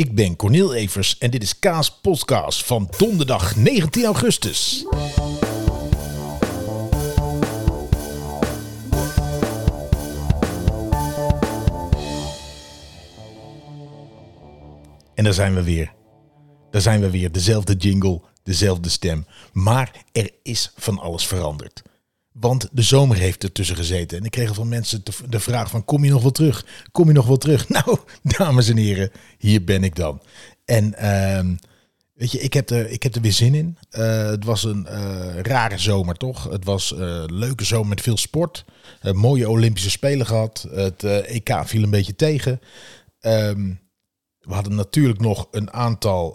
Ik ben Cornel Evers en dit is Kaas Podcast van donderdag 19 augustus. En daar zijn we weer. Daar zijn we weer. Dezelfde jingle, dezelfde stem. Maar er is van alles veranderd. Want de zomer heeft ertussen gezeten. En ik kreeg van mensen de vraag van, kom je nog wel terug? Kom je nog wel terug? Nou, dames en heren, hier ben ik dan. En weet je, ik heb er weer zin in. Het was een rare zomer, toch? Het was een leuke zomer met veel sport. Mooie Olympische Spelen gehad. Het EK viel een beetje tegen. We hadden natuurlijk nog een aantal...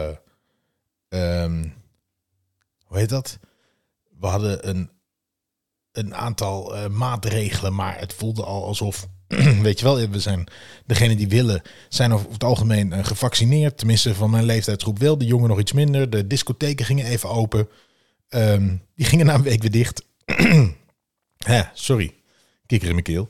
hoe heet dat? We hadden een aantal maatregelen, maar het voelde al alsof, weet je wel, we zijn degene die willen, zijn over het algemeen gevaccineerd. Tenminste, van mijn leeftijdsgroep wel. De jongen nog iets minder. De discotheken gingen even open. Die gingen na een week weer dicht. Sorry, kikker in mijn keel.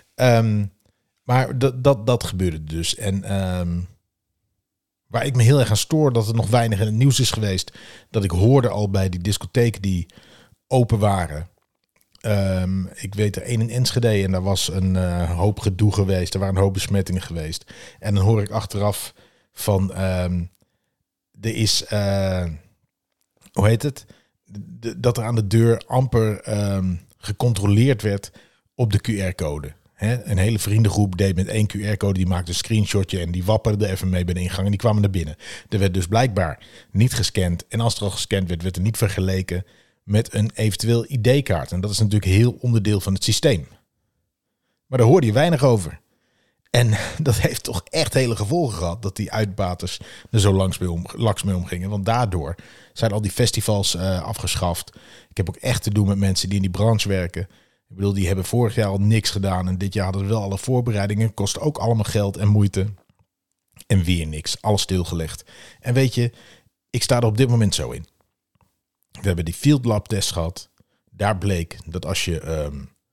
Maar dat gebeurde dus. En waar ik me heel erg aan stoor, dat er nog weinig in het nieuws is geweest, dat ik hoorde al bij die discotheken die open waren. Ik weet er één in Enschede en daar was een hoop gedoe geweest. Er waren een hoop besmettingen geweest. En dan hoor ik achteraf van, er is, hoe heet het? Dat er aan de deur amper gecontroleerd werd op de QR-code. Een hele vriendengroep deed met 1 QR-code, die maakte een screenshotje en die wapperde er even mee bij de ingang en die kwamen naar binnen. Er werd dus blijkbaar niet gescand. En als er al gescand werd, werd er niet vergeleken met een eventueel ID-kaart. En dat is natuurlijk heel onderdeel van het systeem. Maar daar hoorde je weinig over. En dat heeft toch echt hele gevolgen gehad, dat die uitbaters er zo laks mee omgingen. Want daardoor zijn al die festivals afgeschaft. Ik heb ook echt te doen met mensen die in die branche werken. Ik bedoel, die hebben vorig jaar al niks gedaan. En dit jaar hadden we wel alle voorbereidingen. Kost ook allemaal geld en moeite. En weer niks. Alles stilgelegd. En weet je, ik sta er op dit moment zo in. We hebben die Field Lab test gehad. Daar bleek dat als je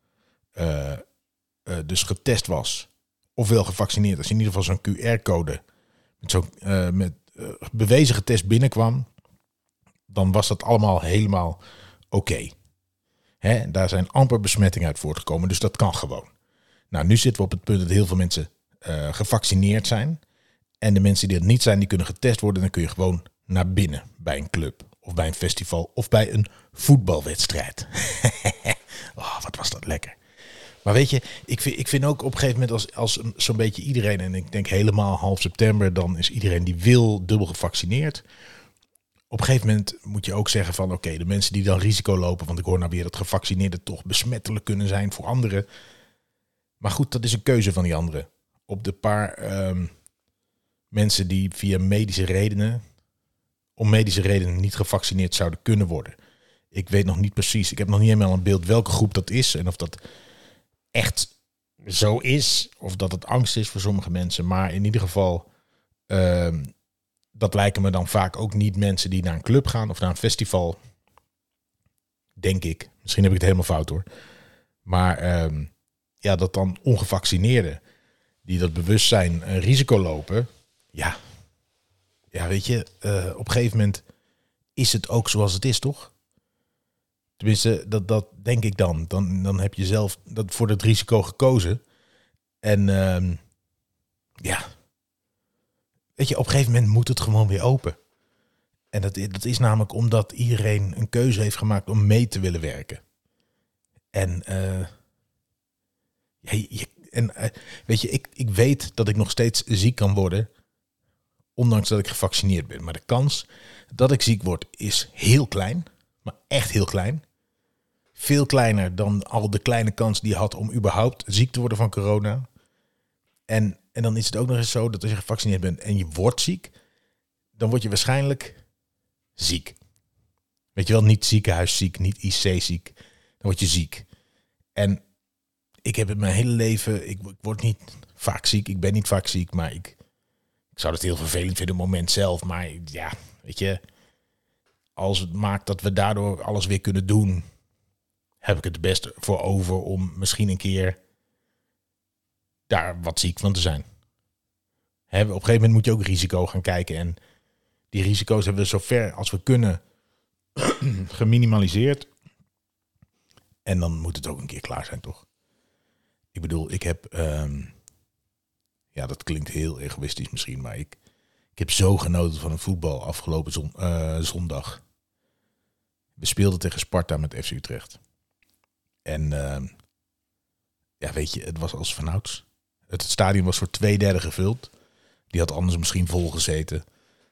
dus getest was, ofwel gevaccineerd, als je in ieder geval zo'n QR-code met bewezen getest binnenkwam, dan was dat allemaal helemaal oké. Daar zijn amper besmettingen uit voortgekomen, dus dat kan gewoon. Nou, nu zitten we op het punt dat heel veel mensen gevaccineerd zijn. En de mensen die het niet zijn, die kunnen getest worden. Dan kun je gewoon naar binnen bij een club of bij een festival of bij een voetbalwedstrijd. Oh, wat was dat lekker. Maar weet je, ik vind ook op een gegeven moment als zo'n beetje iedereen, en ik denk helemaal half september, dan is iedereen die wil dubbel gevaccineerd. Op een gegeven moment moet je ook zeggen van oké, de mensen die dan risico lopen, want ik hoor nou weer dat gevaccineerden toch besmettelijk kunnen zijn voor anderen. Maar goed, dat is een keuze van die anderen. Op de paar mensen die via medische redenen niet gevaccineerd zouden kunnen worden. Ik weet nog niet precies, ik heb nog niet helemaal een beeld welke groep dat is en of dat echt zo is, of dat het angst is voor sommige mensen. Maar in ieder geval, dat lijken me dan vaak ook niet mensen die naar een club gaan of naar een festival. Denk ik. Misschien heb ik het helemaal fout hoor. Maar dat dan ongevaccineerden die dat bewustzijn risico lopen. Ja, weet je, op een gegeven moment is het ook zoals het is, toch? Tenminste, dat denk ik dan. Dan heb je zelf dat voor het risico gekozen. En weet je, op een gegeven moment moet het gewoon weer open. En dat is namelijk omdat iedereen een keuze heeft gemaakt om mee te willen werken. En weet je, ik weet dat ik nog steeds ziek kan worden, ondanks dat ik gevaccineerd ben. Maar de kans dat ik ziek word is heel klein, maar echt heel klein. Veel kleiner dan al de kleine kans die je had om überhaupt ziek te worden van corona. En dan is het ook nog eens zo dat als je gevaccineerd bent en je wordt ziek, dan word je waarschijnlijk ziek. Weet je wel, niet ziekenhuisziek, niet IC-ziek. Dan word je ziek. En ik heb in mijn hele leven, ik word niet vaak ziek, ik ben niet vaak ziek, maar ik zou het heel vervelend vinden op het moment zelf. Maar ja, weet je, als het maakt dat we daardoor alles weer kunnen doen, heb ik het best voor over om misschien een keer daar wat ziek van te zijn. Op een gegeven moment moet je ook risico gaan kijken. En die risico's hebben we zo ver als we kunnen geminimaliseerd. En dan moet het ook een keer klaar zijn, toch? Ik bedoel, ik heb... dat klinkt heel egoïstisch misschien, maar ik heb zo genoten van het voetbal afgelopen zondag. We speelden tegen Sparta met FC Utrecht. En weet je, het was als vanouds. Het stadion was voor 2/3 gevuld. Die had anders misschien vol gezeten.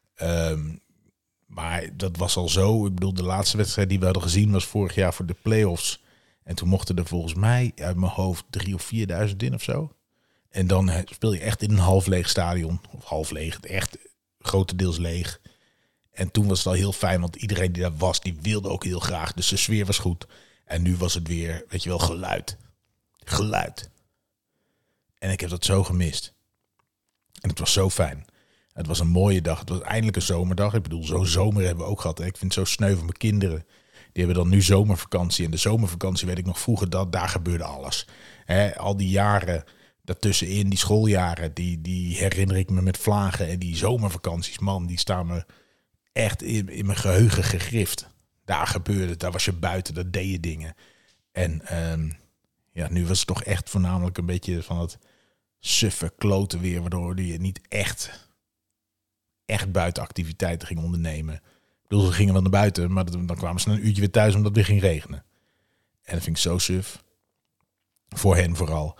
Maar dat was al zo. Ik bedoel, de laatste wedstrijd die we hadden gezien was vorig jaar voor de play-offs. En toen mochten er volgens mij uit mijn hoofd 3.000 of 4.000 in of zo. En dan speel je echt in een half leeg stadion. Of half leeg, echt grotendeels leeg. En toen was het al heel fijn, want iedereen die daar was, die wilde ook heel graag. Dus de sfeer was goed. En nu was het weer, weet je wel, geluid. Geluid. En ik heb dat zo gemist. En het was zo fijn. Het was een mooie dag. Het was eindelijk een zomerdag. Ik bedoel, zo'n zomer hebben we ook gehad. Ik vind het zo sneu van mijn kinderen. Die hebben dan nu zomervakantie. En de zomervakantie weet ik nog vroeger, daar gebeurde alles. Al die jaren daartussenin, die schooljaren, die herinner ik me met vlagen. En die zomervakanties, man, die staan me echt in mijn geheugen gegrift. Daar gebeurde het, daar was je buiten, daar deed je dingen. En nu was het toch echt voornamelijk een beetje van het suffe kloten weer, waardoor je niet echt buitenactiviteiten ging ondernemen. Ik bedoel, ze gingen wel naar buiten, maar dan kwamen ze een uurtje weer thuis omdat het weer ging regenen. En dat vind ik zo suf. Voor hen vooral.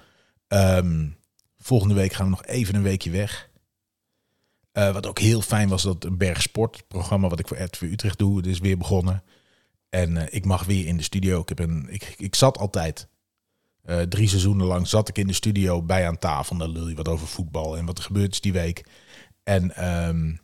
Volgende week gaan we nog even een weekje weg. Wat ook heel fijn was, dat een bergsportprogramma wat ik voor RTV Utrecht doe, het is weer begonnen. En ik mag weer in de studio. Ik zat altijd 3 seizoenen lang zat ik in de studio bij aan tafel. Dan lul je wat over voetbal en wat er gebeurd is die week. En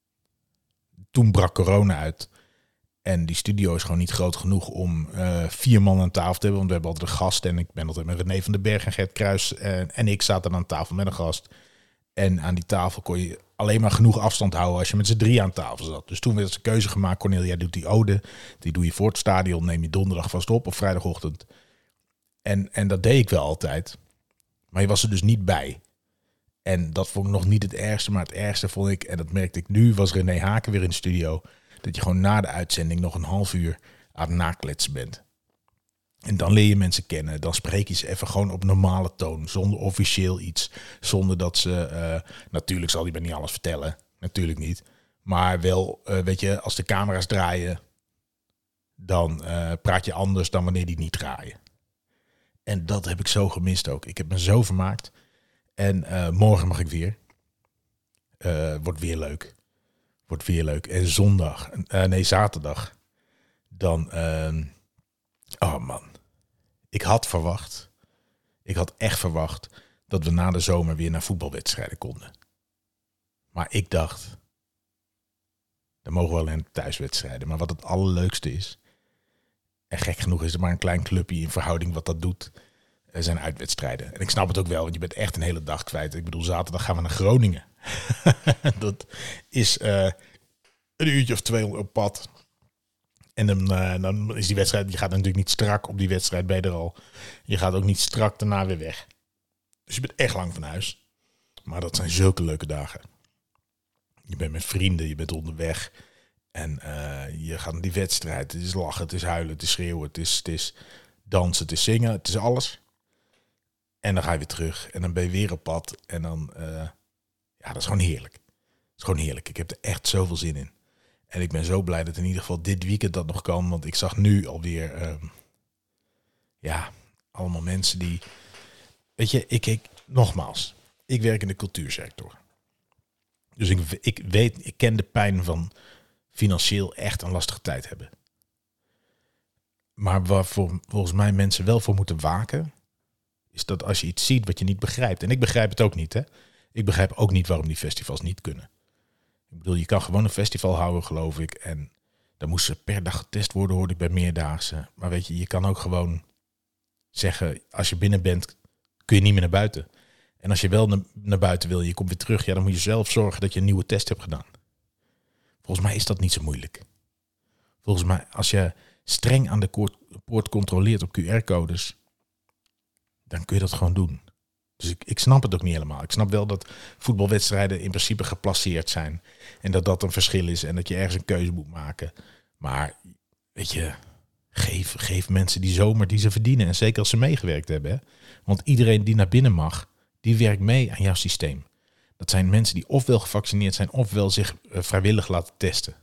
toen brak corona uit. En die studio is gewoon niet groot genoeg om 4 man aan tafel te hebben. Want we hebben altijd een gast. En ik ben altijd met René van den Berg en Gert Kruis. En ik zat dan aan tafel met een gast. En aan die tafel kon je alleen maar genoeg afstand houden als je met z'n 3 aan tafel zat. Dus toen werd de keuze gemaakt. Cornelia doet die ode. Die doe je voor het stadion. Neem je donderdag vast op of vrijdagochtend. En dat deed ik wel altijd. Maar je was er dus niet bij. En dat vond ik nog niet het ergste. Maar het ergste vond ik, en dat merkte ik nu, was René Haken weer in de studio. Dat je gewoon na de uitzending nog een half uur aan het nakletsen bent. En dan leer je mensen kennen. Dan spreek je ze even gewoon op normale toon. Zonder officieel iets. Zonder dat ze... natuurlijk zal hij me niet alles vertellen. Natuurlijk niet. Maar wel, weet je, als de camera's draaien, dan praat je anders dan wanneer die niet draaien. En dat heb ik zo gemist ook. Ik heb me zo vermaakt. En morgen mag ik weer. Wordt weer leuk. Wordt weer leuk. En zaterdag. Dan... oh man. Ik had echt verwacht dat we na de zomer weer naar voetbalwedstrijden konden. Maar ik dacht, dan mogen we wel in thuiswedstrijden. Maar wat het allerleukste is, en gek genoeg is er maar een klein clubje in verhouding wat dat doet, zijn uitwedstrijden. En ik snap het ook wel, want je bent echt een hele dag kwijt. Ik bedoel, zaterdag gaan we naar Groningen. Dat is een uurtje of 2 op pad. En dan is die wedstrijd, je gaat natuurlijk niet strak op die wedstrijd, ben je er al. Je gaat ook niet strak daarna weer weg. Dus je bent echt lang van huis. Maar dat zijn zulke leuke dagen. Je bent met vrienden, je bent onderweg. En je gaat naar die wedstrijd. Het is lachen, het is huilen, het is schreeuwen, het is dansen, het is zingen, het is alles. En dan ga je weer terug. En dan ben je weer op pad. En dan, dat is gewoon heerlijk. Het is gewoon heerlijk. Ik heb er echt zoveel zin in. En ik ben zo blij dat in ieder geval dit weekend dat nog kan. Want ik zag nu alweer, allemaal mensen die... Weet je, ik nogmaals, ik werk in de cultuursector. Dus ik ken de pijn van financieel echt een lastige tijd hebben. Maar waar volgens mij mensen wel voor moeten waken, is dat als je iets ziet wat je niet begrijpt. En ik begrijp het ook niet, hè. Ik begrijp ook niet waarom die festivals niet kunnen. Ik bedoel, je kan gewoon een festival houden, geloof ik. En dan moest ze per dag getest worden, hoorde ik bij meerdaagse. Maar weet je kan ook gewoon zeggen, als je binnen bent, kun je niet meer naar buiten. En als je wel naar buiten wil, je komt weer terug, dan moet je zelf zorgen dat je een nieuwe test hebt gedaan. Volgens mij is dat niet zo moeilijk. Volgens mij, als je streng aan de poort controleert op QR-codes, dan kun je dat gewoon doen. Dus ik snap het ook niet helemaal. Ik snap wel dat voetbalwedstrijden in principe geplaceerd zijn. En dat dat een verschil is en dat je ergens een keuze moet maken. Maar weet je, geef mensen die zomer die ze verdienen. En zeker als ze meegewerkt hebben. Hè? Want iedereen die naar binnen mag, die werkt mee aan jouw systeem. Dat zijn mensen die ofwel gevaccineerd zijn ofwel zich vrijwillig laten testen.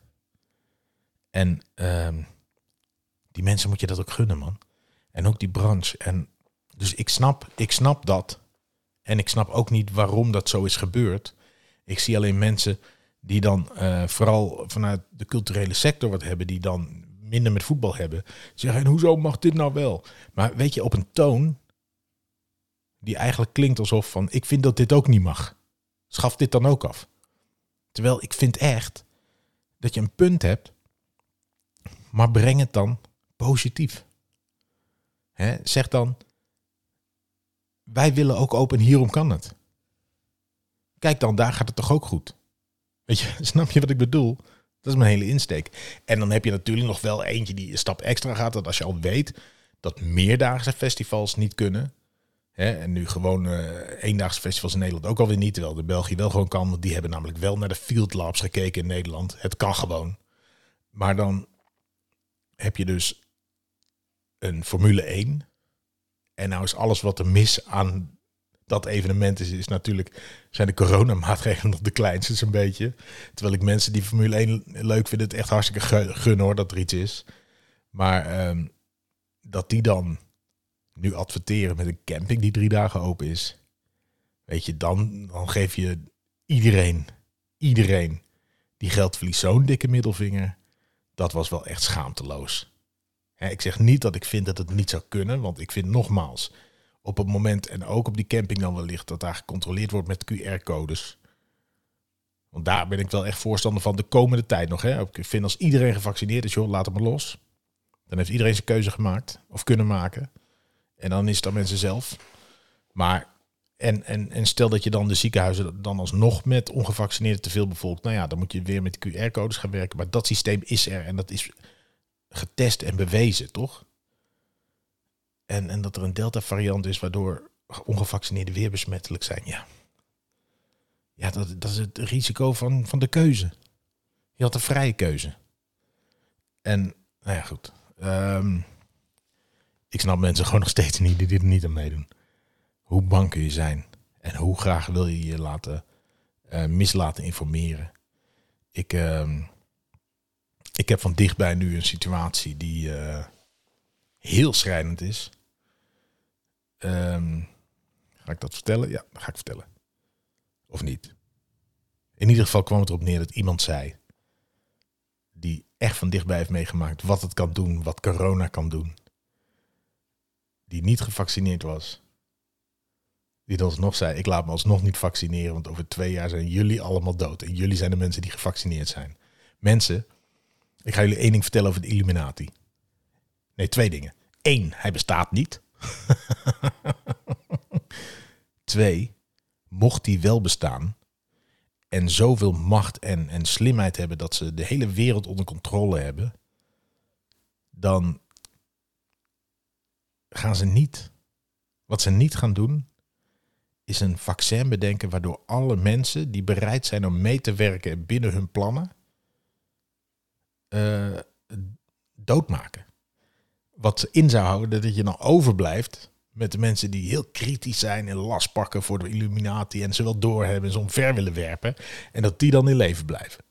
En die mensen moet je dat ook gunnen, man. En ook die branche. En dus ik snap dat. En ik snap ook niet waarom dat zo is gebeurd. Ik zie alleen mensen die dan vooral vanuit de culturele sector wat hebben, die dan minder met voetbal hebben. Zeggen, en hoezo mag dit nou wel? Maar weet je, op een toon die eigenlijk klinkt alsof van, ik vind dat dit ook niet mag. Schaf dit dan ook af. Terwijl ik vind echt dat je een punt hebt, maar breng het dan positief. Zeg dan, wij willen ook open, hierom kan het. Kijk dan, daar gaat het toch ook goed. Weet je, snap je wat ik bedoel? Dat is mijn hele insteek. En dan heb je natuurlijk nog wel eentje die een stap extra gaat. Dat als je al weet dat meerdaagse festivals niet kunnen. En nu gewoon eendaagse festivals in Nederland ook alweer niet. Terwijl de België wel gewoon kan. Want die hebben namelijk wel naar de Field Labs gekeken in Nederland. Het kan gewoon. Maar dan heb je dus een Formule 1. En nou is alles wat er mis aan dat evenement is natuurlijk, zijn de coronamaatregelen nog de kleinste zo'n beetje. Terwijl ik mensen die Formule 1 leuk vinden het echt hartstikke gunnen hoor, dat er iets is. Maar dat die dan nu adverteren met een camping die 3 dagen open is. Weet je, dan geef je iedereen die geld verliest zo'n dikke middelvinger. Dat was wel echt schaamteloos. Ik zeg niet dat ik vind dat het niet zou kunnen, want ik vind nogmaals, op het moment en ook op die camping dan wellicht, dat daar gecontroleerd wordt met QR-codes. Want daar ben ik wel echt voorstander van de komende tijd nog. Hè. Ik vind als iedereen gevaccineerd is, joh, laat het maar los. Dan heeft iedereen zijn keuze gemaakt of kunnen maken. En dan is het aan mensen zelf. Maar en stel dat je dan de ziekenhuizen dan alsnog met ongevaccineerden te veel bevolkt. Nou ja, dan moet je weer met QR-codes gaan werken. Maar dat systeem is er en dat is getest en bewezen, toch? En dat er een Delta-variant is waardoor ongevaccineerden weer besmettelijk zijn. Ja, dat is het risico van de keuze. Je had een vrije keuze. En, nou ja, goed. Ik snap mensen gewoon nog steeds niet die dit niet aan meedoen. Hoe bang kun je zijn? En hoe graag wil je je laten informeren? Ik heb van dichtbij nu een situatie die heel schrijnend is. Ga ik dat vertellen? Ja, dat ga ik vertellen. Of niet? In ieder geval kwam het erop neer dat iemand zei, die echt van dichtbij heeft meegemaakt wat het kan doen, wat corona kan doen. Die niet gevaccineerd was. Die dan alsnog zei, ik laat me alsnog niet vaccineren, want over 2 jaar zijn jullie allemaal dood. En jullie zijn de mensen die gevaccineerd zijn. Mensen, ik ga jullie 1 ding vertellen over de Illuminati. Nee, 2 dingen. 1, hij bestaat niet. 2, mocht hij wel bestaan en zoveel macht en slimheid hebben dat ze de hele wereld onder controle hebben, dan gaan ze niet, wat ze niet gaan doen, is een vaccin bedenken waardoor alle mensen die bereid zijn om mee te werken binnen hun plannen doodmaken. Wat in zou houden dat je dan overblijft met de mensen die heel kritisch zijn en last pakken voor de Illuminati en ze wel doorhebben en ze omver willen werpen en dat die dan in leven blijven.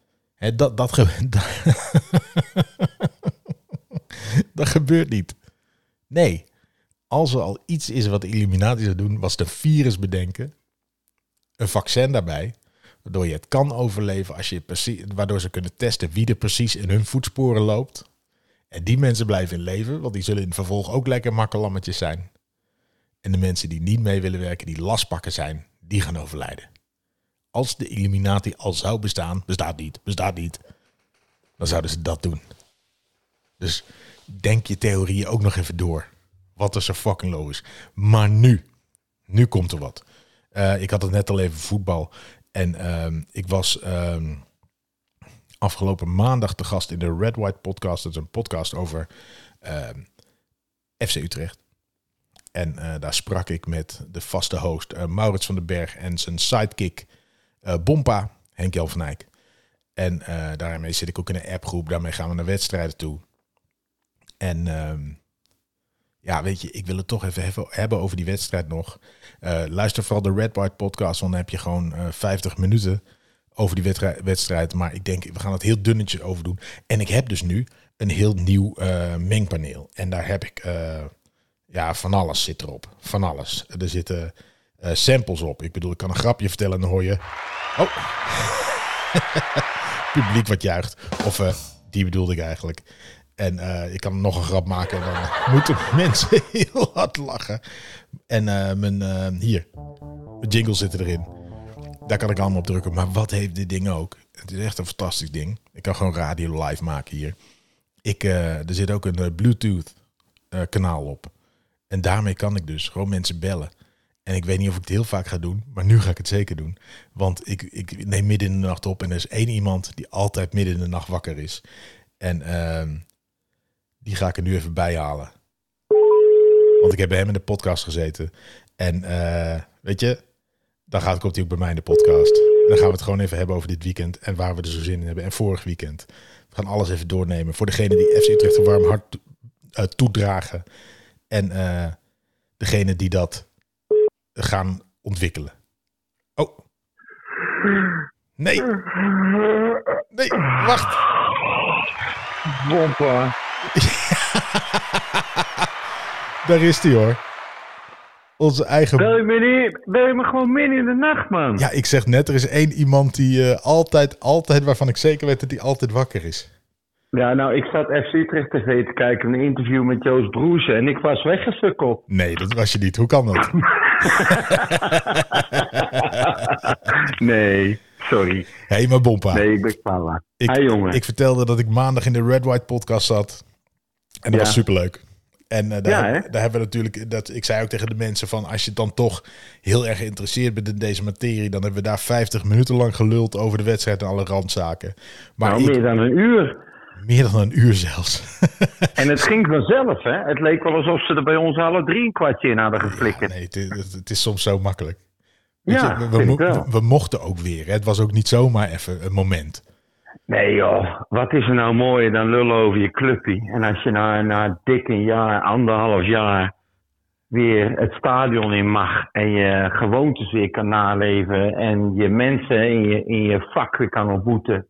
Dat gebeurt niet. Nee, als er al iets is wat de Illuminati zou doen, was het een virus bedenken, een vaccin daarbij, waardoor je het kan overleven waardoor ze kunnen testen wie er precies in hun voetsporen loopt. En die mensen blijven in leven, want die zullen in het vervolg ook lekker makkelammetjes zijn. En de mensen die niet mee willen werken, die lastpakken zijn, die gaan overlijden. Als de Illuminati al zou bestaan, bestaat niet, dan zouden ze dat doen. Dus denk je theorieën ook nog even door. Wat is er fucking logisch. Maar nu komt er wat. Ik had het net al even voetbal. En ik was afgelopen maandag te gast in de Red White podcast. Dat is een podcast over FC Utrecht. En daar sprak ik met de vaste host Maurits van den Berg en zijn sidekick Bompa, Henk-Jan van Eyck. En daarmee zit ik ook in een appgroep. Daarmee gaan we naar wedstrijden toe. En weet je, ik wil het toch even hebben over die wedstrijd nog. Luister vooral de Red White podcast, want dan heb je gewoon 50 minuten over die wedstrijd. Maar ik denk, we gaan het heel dunnetjes over doen. En ik heb dus nu een heel nieuw mengpaneel. En daar heb ik, van alles zit erop. Van alles. Er zitten samples op. Ik bedoel, ik kan een grapje vertellen en dan hoor je... Oh! Publiek wat juicht. Of die bedoelde ik eigenlijk. En ik kan nog een grap maken en dan moeten mensen heel hard lachen. En mijn jingle zit erin. Daar kan ik allemaal op drukken. Maar wat heeft dit ding ook? Het is echt een fantastisch ding. Ik kan gewoon radio live maken hier. Er zit ook een Bluetooth kanaal op. En daarmee kan ik dus gewoon mensen bellen. En ik weet niet of ik het heel vaak ga doen, maar nu ga ik het zeker doen. Want ik neem midden in de nacht op en er is één iemand die altijd midden in de nacht wakker is. En die ga ik er nu even bij halen. Want ik heb bij hem in de podcast gezeten. En weet je, dan komt hij ook bij mij in de podcast. En dan gaan we het gewoon even hebben over dit weekend en waar we er zo zin in hebben. En vorig weekend. We gaan alles even doornemen. Voor degene die FC Utrecht een warm hart toedragen. En degene die dat gaan ontwikkelen. Oh. Nee. Nee, wacht. Bompa. Daar is hij hoor. Onze eigen... Bel je me gewoon midden in de nacht, man? Ja, ik zeg net, er is één iemand die altijd, waarvan ik zeker weet dat hij altijd wakker is. Ja, nou, ik zat FC Utrecht TV te kijken, een interview met Joost Broersen en ik was weggesukkeld. Nee, dat was je niet. Hoe kan dat? Nee, sorry. Hé, maar Bompa. Nee, ik ben klaar. Hi, jongen. Ik vertelde dat ik maandag in de Red White podcast zat. En dat was superleuk. En daar hebben we natuurlijk... Ik zei ook tegen de mensen van... Als je dan toch heel erg geïnteresseerd bent in deze materie... dan hebben we daar 50 minuten lang geluld over de wedstrijd en alle randzaken. Maar meer dan een uur. Meer dan een uur zelfs. En het ging vanzelf, hè? Het leek wel alsof ze er bij ons alle 3 een kwartje in hadden geflikkerd. Ja, nee, het is soms zo makkelijk. We mochten ook weer. Hè? Het was ook niet zomaar even een moment. Nee joh, wat is er nou mooier dan lullen over je clubje? En als je na dik een jaar, 1,5 jaar... weer het stadion in mag en je gewoontes weer kan naleven... en je mensen in je vak weer kan ontmoeten...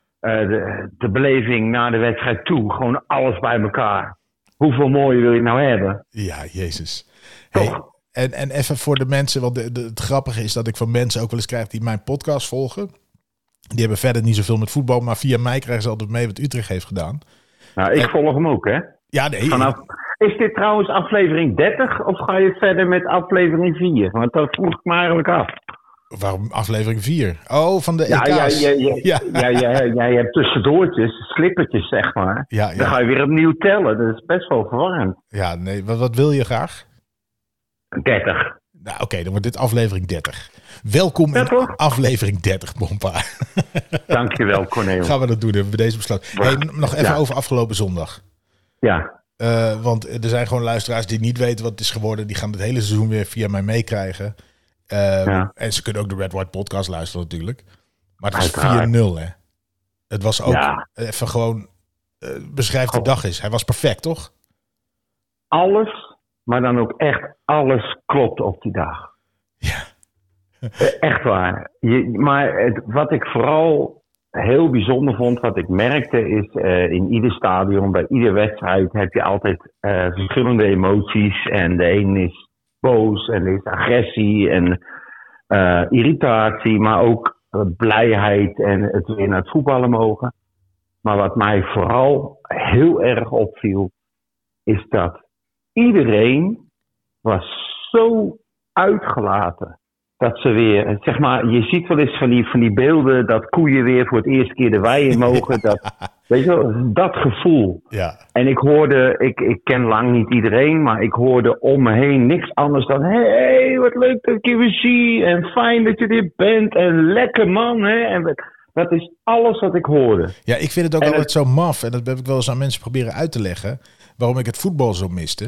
De beleving na de wedstrijd toe. Gewoon alles bij elkaar. Hoeveel mooie wil je nou hebben? Ja, Jezus. Hey, en even voor de mensen, want het grappige is dat ik van mensen ook wel eens krijg die mijn podcast volgen. Die hebben verder niet zoveel met voetbal, maar via mij krijgen ze altijd mee wat Utrecht heeft gedaan. Nou, ik volg hem ook, hè? Ja, nee. Is dit trouwens aflevering 30 of ga je verder met aflevering 4? Want dat vroeg ik me eigenlijk af. Waarom aflevering 4? Oh, van de EK's. Jij hebt tussendoortjes, slippertjes zeg maar. Ja. Dan ga je weer opnieuw tellen. Dat is best wel verwarrend. Ja, nee. Wat wil je graag? 30. Nou, oké, dan wordt dit aflevering 30. Welkom in aflevering 30, Bompa. Dankjewel, Corneel. Gaan we dat doen, hebben we deze besloten. Hey, nog even over afgelopen zondag. Ja. Want er zijn gewoon luisteraars die niet weten wat het is geworden. Die gaan het hele seizoen weer via mij meekrijgen. En ze kunnen ook de Red White podcast luisteren natuurlijk. Maar het was 4-0, hè. Het was ook even gewoon... beschrijf de dag eens. Hij was perfect, toch? Alles, maar dan ook echt alles klopt op die dag. Ja. Echt waar. Maar wat ik vooral heel bijzonder vond, wat ik merkte, is in ieder stadion, bij iedere wedstrijd heb je altijd verschillende emoties. En de een is boos en er is agressie en irritatie, maar ook blijheid en het weer naar het voetballen mogen. Maar wat mij vooral heel erg opviel, is dat iedereen was zo uitgelaten. Dat ze weer, zeg maar, je ziet wel eens van die beelden dat koeien weer voor het eerste keer de wei in mogen. Weet je wel, dat gevoel. Ja. En ik hoorde, ik ken lang niet iedereen, maar ik hoorde om me heen niks anders dan... Hey, wat leuk dat ik je weer zie en fijn dat je er bent en lekker man. Hè? En dat is alles wat ik hoorde. Ja, ik vind het ook altijd zo maf en dat heb ik wel eens aan mensen proberen uit te leggen. Waarom ik het voetbal zo miste,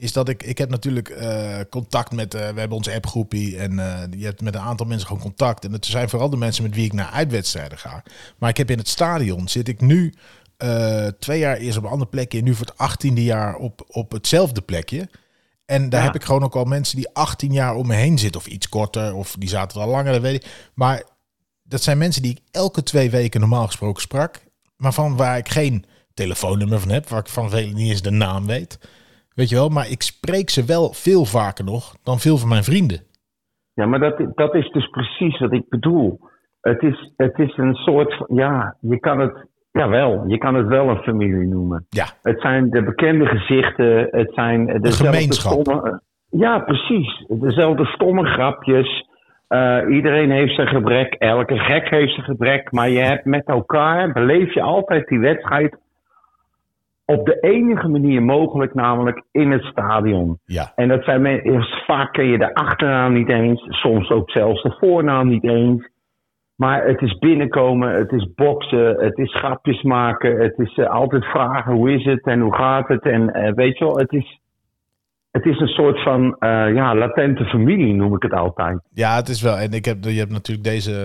is dat ik heb natuurlijk contact met... we hebben onze appgroepie en je hebt met een aantal mensen gewoon contact. En het zijn vooral de mensen met wie ik naar uitwedstrijden ga. Maar ik heb in het stadion, zit ik nu 2 jaar eerst op een ander plekje... en nu voor het 18e jaar op hetzelfde plekje. En daar heb ik gewoon ook al mensen die 18 jaar om me heen zitten. Of iets korter, of die zaten er al langer, dat weet ik. Maar dat zijn mensen die ik elke 2 weken normaal gesproken sprak. Maar waar ik geen telefoonnummer van heb. Waar ik van velen niet eens de naam weet. Weet je wel, maar ik spreek ze wel veel vaker nog dan veel van mijn vrienden. Ja, maar dat is dus precies wat ik bedoel. Het is een soort van, je kan het wel een familie noemen. Ja. Het zijn de bekende gezichten, het zijn de gemeenschap. Ja, precies. Dezelfde stomme grapjes. Iedereen heeft zijn gebrek, elke gek heeft zijn gebrek. Maar je hebt met elkaar, beleef je altijd die wedstrijd op de enige manier mogelijk, namelijk in het stadion. Ja. En dat zijn vaak ken je de achternaam niet eens, soms ook zelfs de voornaam niet eens. Maar het is binnenkomen, het is boksen, het is grapjes maken, het is altijd vragen hoe is het en hoe gaat het. En weet je wel, het is een soort van latente familie, noem ik het altijd. Ja, het is wel. En je hebt natuurlijk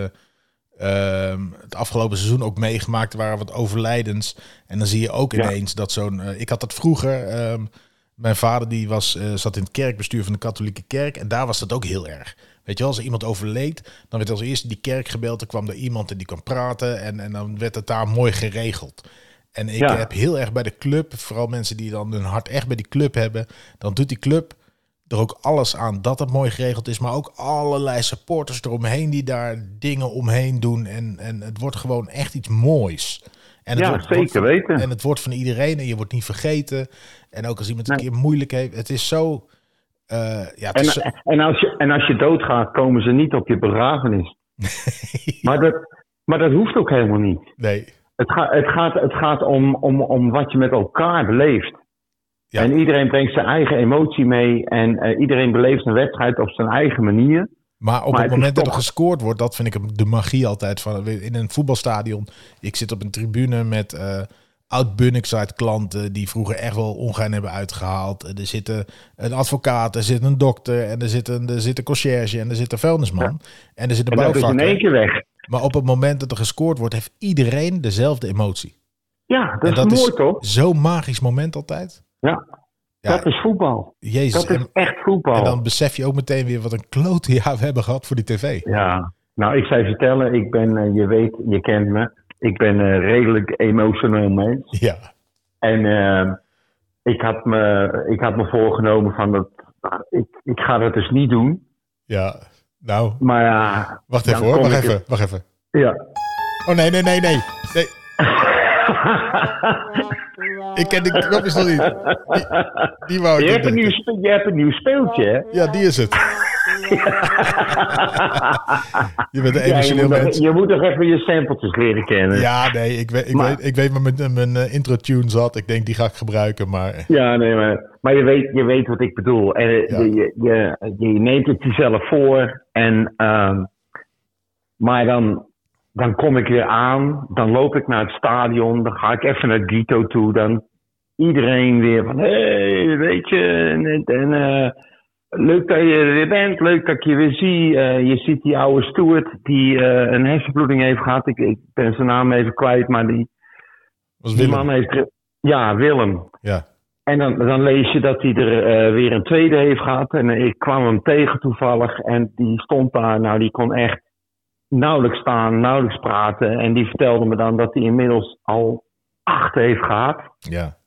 het afgelopen seizoen ook meegemaakt. Er waren wat overlijdens. En dan zie je ook ineens dat zo'n... ik had dat vroeger... mijn vader die zat in het kerkbestuur van de katholieke kerk. En daar was dat ook heel erg. Weet je wel, als er iemand overleed, dan werd als eerste die kerk gebeld. Er kwam er iemand en die kwam praten. En dan werd het daar mooi geregeld. En ik heb heel erg bij de club, vooral mensen die dan hun hart echt bij die club hebben. Dan doet die club er ook alles aan dat het mooi geregeld is. Maar ook allerlei supporters eromheen die daar dingen omheen doen. En het wordt gewoon echt iets moois. En het zeker weten. En het wordt van iedereen en je wordt niet vergeten. En ook als iemand een keer moeilijk heeft. Het is zo... En als je doodgaat, komen ze niet op je begrafenis. Maar dat hoeft ook helemaal niet. Nee. Het gaat om wat je met elkaar beleeft. Ja. En iedereen brengt zijn eigen emotie mee. En iedereen beleeft een wedstrijd op zijn eigen manier. Maar op het moment dat er gescoord wordt, dat vind ik de magie altijd van in een voetbalstadion. Ik zit op een tribune met oud-Bunnickside klanten die vroeger echt wel ongein hebben uitgehaald. Er zit een advocaat, er zit een dokter en er zit een conciërge en er zit een vuilnisman. Ja. En er zit een bouwvakker. Dat is in één keer weg. Maar op het moment dat er gescoord wordt, heeft iedereen dezelfde emotie. Ja, dat is mooi toch? Zo'n magisch moment altijd. Ja, dat is voetbal. Jezus, dat is echt voetbal. En dan besef je ook meteen weer wat een klote jaar we hebben gehad voor die tv. Ja, nou ik zou je vertellen, ik ben, je kent me, ik ben een redelijk emotioneel mens. Ja. En ik had me voorgenomen van dat, ik ga dat dus niet doen. Ja, nou. Maar ja. Wacht even hoor, wacht even. Ja. Oh nee. Ik ken de knopjes nog niet. Die wou ik je hebt een nieuw speeltje, hè? Ja, die is het. Je bent een emotioneel mens. Je moet toch even je sampletjes leren kennen. Ja, nee, ik weet waar mijn intro-tune zat. Ik denk, die ga ik gebruiken, maar... Ja, nee, maar je weet wat ik bedoel. En je neemt het jezelf voor. En, maar dan kom ik weer aan. Dan loop ik naar het stadion. Dan ga ik even naar Guido toe. Dan iedereen weer van... Hey, weet je... leuk dat je er weer bent. Leuk dat ik je weer zie. Je ziet die oude Stuart die een hersenbloeding heeft gehad. Ik ben zijn naam even kwijt. Maar die man heeft... Ja, Willem. Ja. En dan lees je dat hij er weer een tweede heeft gehad. En ik kwam hem tegen toevallig. En die stond daar. Nou, die kon echt nauwelijks staan, nauwelijks praten. En die vertelde me dan dat hij inmiddels al 8 heeft gehad. Ja.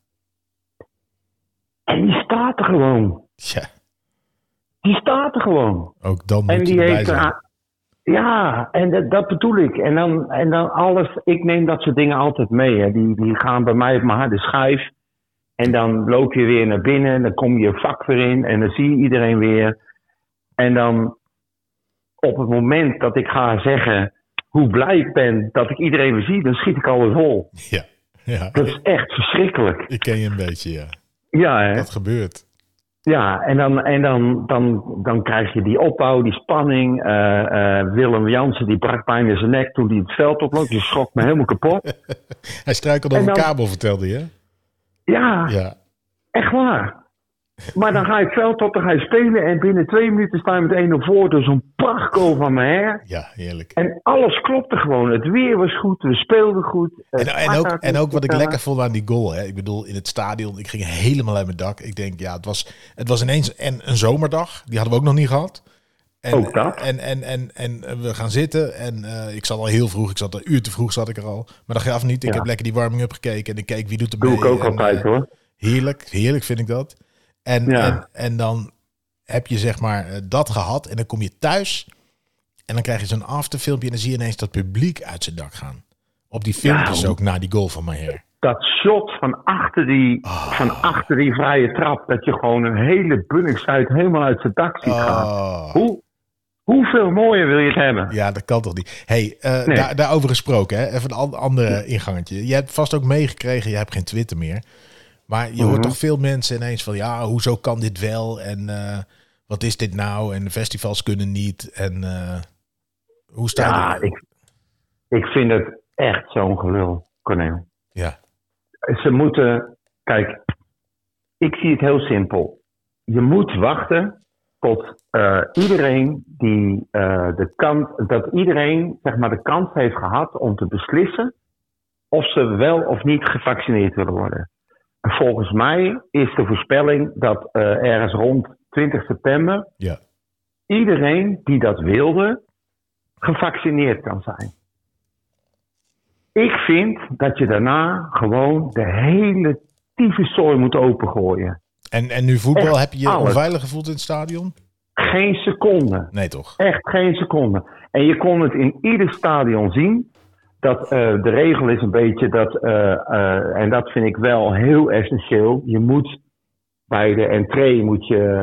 En die staat er gewoon. Ja. Die staat er gewoon. Ook dan moet en die erbij heeft zijn. Ja, en dat bedoel ik. En dan alles. Ik neem dat soort dingen altijd mee. Hè. Die gaan bij mij op mijn harde schijf. En dan loop je weer naar binnen. En dan kom je vak weer in. En dan zie je iedereen weer. En dan op het moment dat ik ga zeggen hoe blij ik ben dat ik iedereen weer zie, dan schiet ik alweer vol. Ja. Dat is echt verschrikkelijk. Ik ken je een beetje, ja. Ja, hè? Dat gebeurt. Ja, en dan krijg je die opbouw, die spanning. Willem Jansen die brak bijna zijn nek toen hij het veld oploopt. Die schrok me helemaal kapot. Hij struikelde over kabel, vertelde je? Ja, echt waar. Maar dan ga je het veld op, dan ga je spelen en binnen 2 minuten sta je met 1-0 voor. Dus een prachtgoal van Maher. Ja, heerlijk. En alles klopte gewoon. Het weer was goed, we speelden goed. En ook wat ik lekker vond aan die goal. Hè. Ik bedoel, in het stadion, ik ging helemaal uit mijn dak. Ik denk, ja, het was ineens een zomerdag. Die hadden we ook nog niet gehad. En, ook dat. En we gaan zitten. En ik zat al heel vroeg. Een uur te vroeg zat ik er al. Maar dat gaf niet. Ik heb lekker die warming-up gekeken. En ik keek wie doet er mee. Doe ik ook altijd hoor. Heerlijk vind ik dat. En dan heb je zeg maar dat gehad. En dan kom je thuis. En dan krijg je zo'n afterfilmpje. En dan zie je ineens dat publiek uit zijn dak gaan. Op die filmpjes ook na die goal van Maher. Dat shot van achter die vrije trap. Dat je gewoon een hele Bunningsuit helemaal uit zijn dak ziet gaan. Hoeveel mooier wil je het hebben? Ja, dat kan toch niet. Hey, daarover gesproken. Hè? Even een andere ingangetje. Je hebt vast ook meegekregen. Je hebt geen Twitter meer. Maar je hoort toch veel mensen ineens van... Ja, hoezo kan dit wel? En wat is dit nou? En de festivals kunnen niet. En hoe staat het? Ik vind het echt zo'n gelul, Cornel. Ja. Ze moeten... Kijk, ik zie het heel simpel. Je moet wachten tot iedereen die iedereen zeg maar de kans heeft gehad om te beslissen of ze wel of niet gevaccineerd willen worden. En volgens mij is de voorspelling dat ergens rond 20 september iedereen die dat wilde gevaccineerd kan zijn. Ik vind dat je daarna gewoon de hele tyfuszooi moet opengooien. En nu voetbal, heb je je onveilig gevoeld in het stadion? Geen seconde. Nee, toch? Echt geen seconde. En je kon het in ieder stadion zien. Dat de regel is een beetje dat, en dat vind ik wel heel essentieel. Je moet bij de entree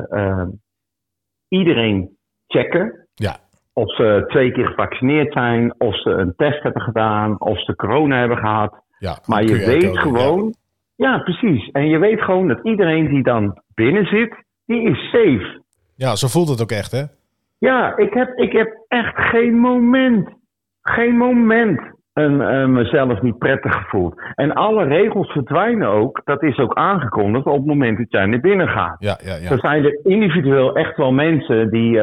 iedereen checken. Ja. Of ze 2 keer gevaccineerd zijn, of ze een test hebben gedaan, of ze corona hebben gehad. Ja, maar je weet gewoon... Ja, precies. En je weet gewoon dat iedereen die dan binnen zit, die is safe. Ja, zo voelt het ook echt, hè? Ja, ik heb echt geen moment mezelf niet prettig gevoeld. En alle regels verdwijnen ook. Dat is ook aangekondigd op het moment dat jij naar binnen gaat. Ja. Er zijn er individueel echt wel mensen die...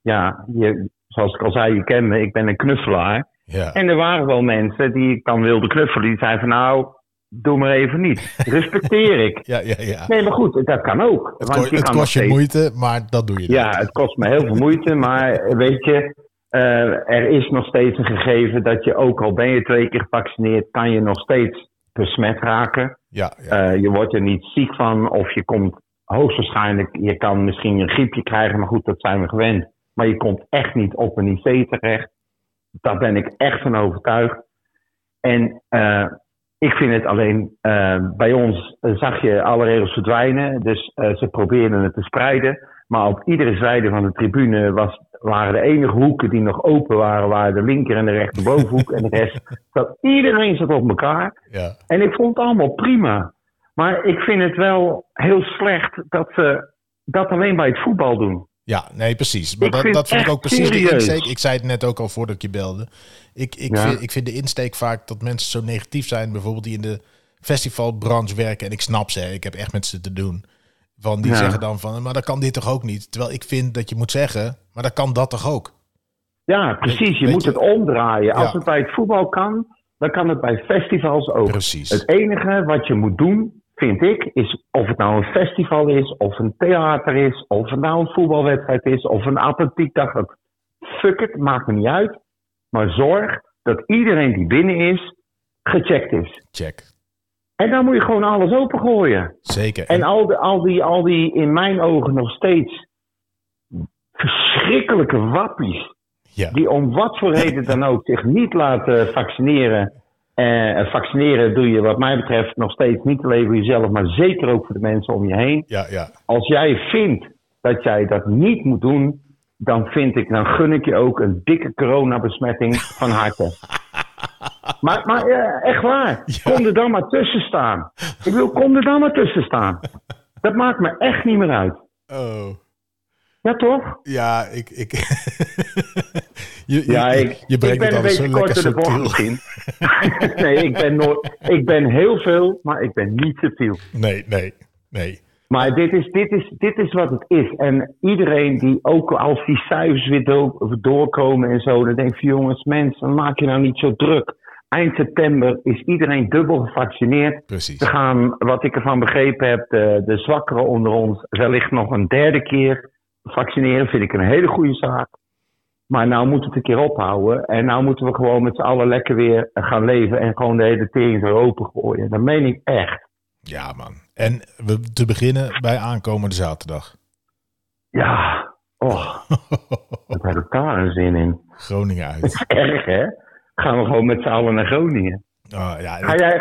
zoals ik al zei, je kent me, ik ben een knuffelaar. Ja. En er waren wel mensen die ik dan wilde knuffelen. Die zeiden van nou... Doe maar even niet. Respecteer ik. Ja. Nee, maar goed, dat kan ook. Het kost je moeite, maar dat doe je niet. Ja, het kost me heel veel moeite. Maar weet je, er is nog steeds een gegeven dat je ook al ben je 2 keer gevaccineerd, kan je nog steeds besmet raken. Ja. Je wordt er niet ziek van of je komt hoogstwaarschijnlijk, je kan misschien een griepje krijgen, maar goed, dat zijn we gewend. Maar je komt echt niet op een IC terecht. Daar ben ik echt van overtuigd. En... ik vind het alleen, bij ons zag je alle regels verdwijnen. Dus ze probeerden het te spreiden. Maar op iedere zijde van de tribune waren de enige hoeken die nog open waren de linker en de rechterbovenhoek. En de rest, iedereen zat op elkaar. Ja. En ik vond het allemaal prima. Maar ik vind het wel heel slecht dat ze dat alleen bij het voetbal doen. Ja, nee, precies. Maar dat vind ik ook precies serieus. De insteek. Ik zei het net ook al voordat ik je belde. Ik vind de insteek vaak dat mensen zo negatief zijn. Bijvoorbeeld die in de festivalbranche werken. En ik snap ze, ik heb echt met ze te doen. Die zeggen dan van, maar dat kan dit toch ook niet? Terwijl ik vind dat je moet zeggen, maar dan kan dat toch ook? Ja, precies. Je moet het omdraaien. Als het bij het voetbal kan, dan kan het bij festivals ook. Precies. Het enige wat je moet doen, vind ik, is of het nou een festival is, of een theater is, of het nou een voetbalwedstrijd is, of een atletiekdag. Fuck it, maakt me niet uit. Maar zorg dat iedereen die binnen is, gecheckt is. Check. En dan moet je gewoon alles opengooien. Zeker. En al die in mijn ogen nog steeds verschrikkelijke wappies, die om wat voor reden dan ook zich niet laten vaccineren. Vaccineren doe je wat mij betreft nog steeds niet alleen voor jezelf, maar zeker ook voor de mensen om je heen. Ja. Als jij vindt dat jij dat niet moet doen, dan gun ik je ook een dikke coronabesmetting van harte. Maar echt waar, kom er dan maar tussen staan. Kom er dan maar tussen staan. Dat maakt me echt niet meer uit. Oh. Ja, toch? Ja, je brengt het altijd zo lekker subtiel. Misschien. Nee, ik ben heel veel, maar ik ben niet subtiel. Nee. Maar dit is wat het is. En iedereen die, ook als die cijfers weer doorkomen en zo, dan denkt van jongens, mensen, maak je nou niet zo druk. Eind september is iedereen dubbel gevaccineerd. Precies. We gaan, wat ik ervan begrepen heb, de zwakkeren onder ons wellicht nog een derde keer vaccineren. Vind ik een hele goede zaak. Maar nou moeten we het een keer ophouden. En nou moeten we gewoon met z'n allen lekker weer gaan leven en gewoon de hele tering weer opengooien. Dat meen ik echt. Ja, man. En te beginnen bij aankomende zaterdag. Ja, wat heb ik daar een zin in. Groningen uit. Dat is erg, hè? Gaan we gewoon met z'n allen naar Groningen. Oh, ja,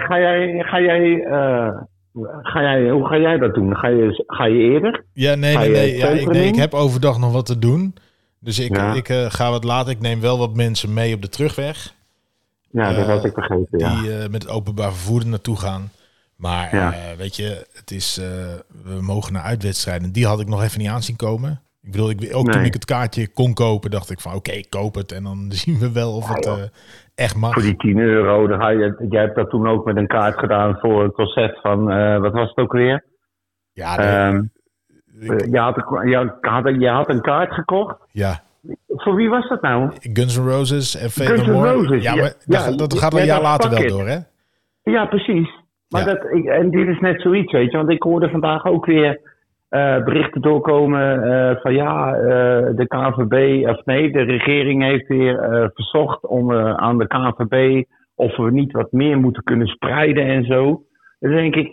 Hoe ga jij dat doen? Ga je eerder? Ja, nee. Ja, ik heb overdag nog wat te doen. Dus ik ga wat later. Ik neem wel wat mensen mee op de terugweg. Ja, dat had ik begrepen, die met het openbaar vervoer er naartoe gaan. Maar weet je, het is, we mogen naar uitwedstrijden. Die had ik nog even niet aanzien komen. Ik bedoel, toen ik het kaartje kon kopen, dacht ik van oké, ik koop het. En dan zien we wel of het echt mag. Voor die €10, jij hebt dat toen ook met een kaart gedaan voor een concert van, wat was het ook weer? Ja, je had een kaart gekocht? Ja. Voor wie was dat nou? Guns N' Roses en Faith Guns No N' More. Roses, ja, maar dat gaat wel een jaar later wel door, hè? Ja, precies. Maar en dit is net zoiets, weet je. Want ik hoorde vandaag ook weer berichten doorkomen van de KNVB, de regering heeft weer verzocht om aan de KNVB of we niet wat meer moeten kunnen spreiden en zo. Dan denk ik,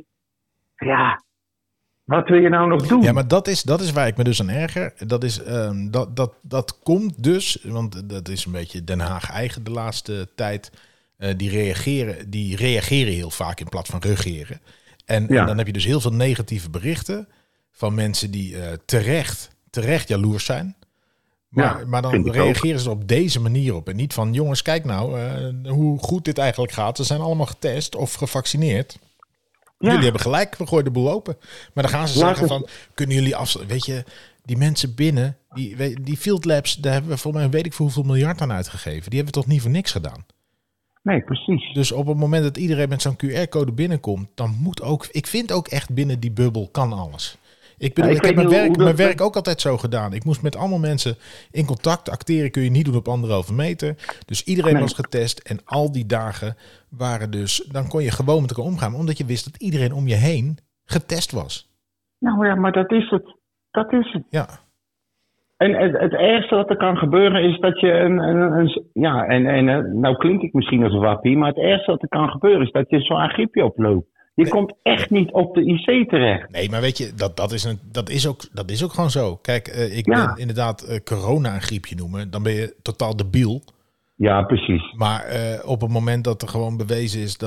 wat wil je nou nog doen? Ja, maar dat is waar ik me dus aan erger. Dat is, dat komt dus, want dat is een beetje Den Haag eigen de laatste tijd. Die reageren heel vaak in plaats van regeren. En dan heb je dus heel veel negatieve berichten van mensen die terecht jaloers zijn. Maar dan reageren ze er op deze manier op. En niet van, jongens, kijk nou hoe goed dit eigenlijk gaat. Ze zijn allemaal getest of gevaccineerd. Ja. Jullie hebben gelijk, we gooien de boel open. Maar dan gaan ze zeggen van, kunnen jullie weet je, die mensen binnen, die field labs, daar hebben we volgens mij weet ik voor hoeveel miljard aan uitgegeven. Die hebben we toch niet voor niks gedaan? Nee, precies. Dus op het moment dat iedereen met zo'n QR-code binnenkomt, dan moet ook, ik vind ook echt binnen die bubbel kan alles. Ik bedoel, ik heb mijn werk ook altijd zo gedaan. Ik moest met allemaal mensen in contact. Acteren kun je niet doen op 1,5 meter. Dus iedereen was getest. En al die dagen waren dus, dan kon je gewoon met elkaar omgaan. Omdat je wist dat iedereen om je heen getest was. Nou ja, maar dat is het. Dat is het. Ja. En het ergste wat er kan gebeuren is dat je nou klink ik misschien als een wappie, maar het ergste wat er kan gebeuren is dat je een zwaar griepje oploopt. Je komt echt niet op de IC terecht. Nee, maar weet je, dat is ook gewoon zo. Kijk, ik ben inderdaad corona een griepje noemen. Dan ben je totaal debiel. Ja, precies. Maar op het moment dat er gewoon bewezen is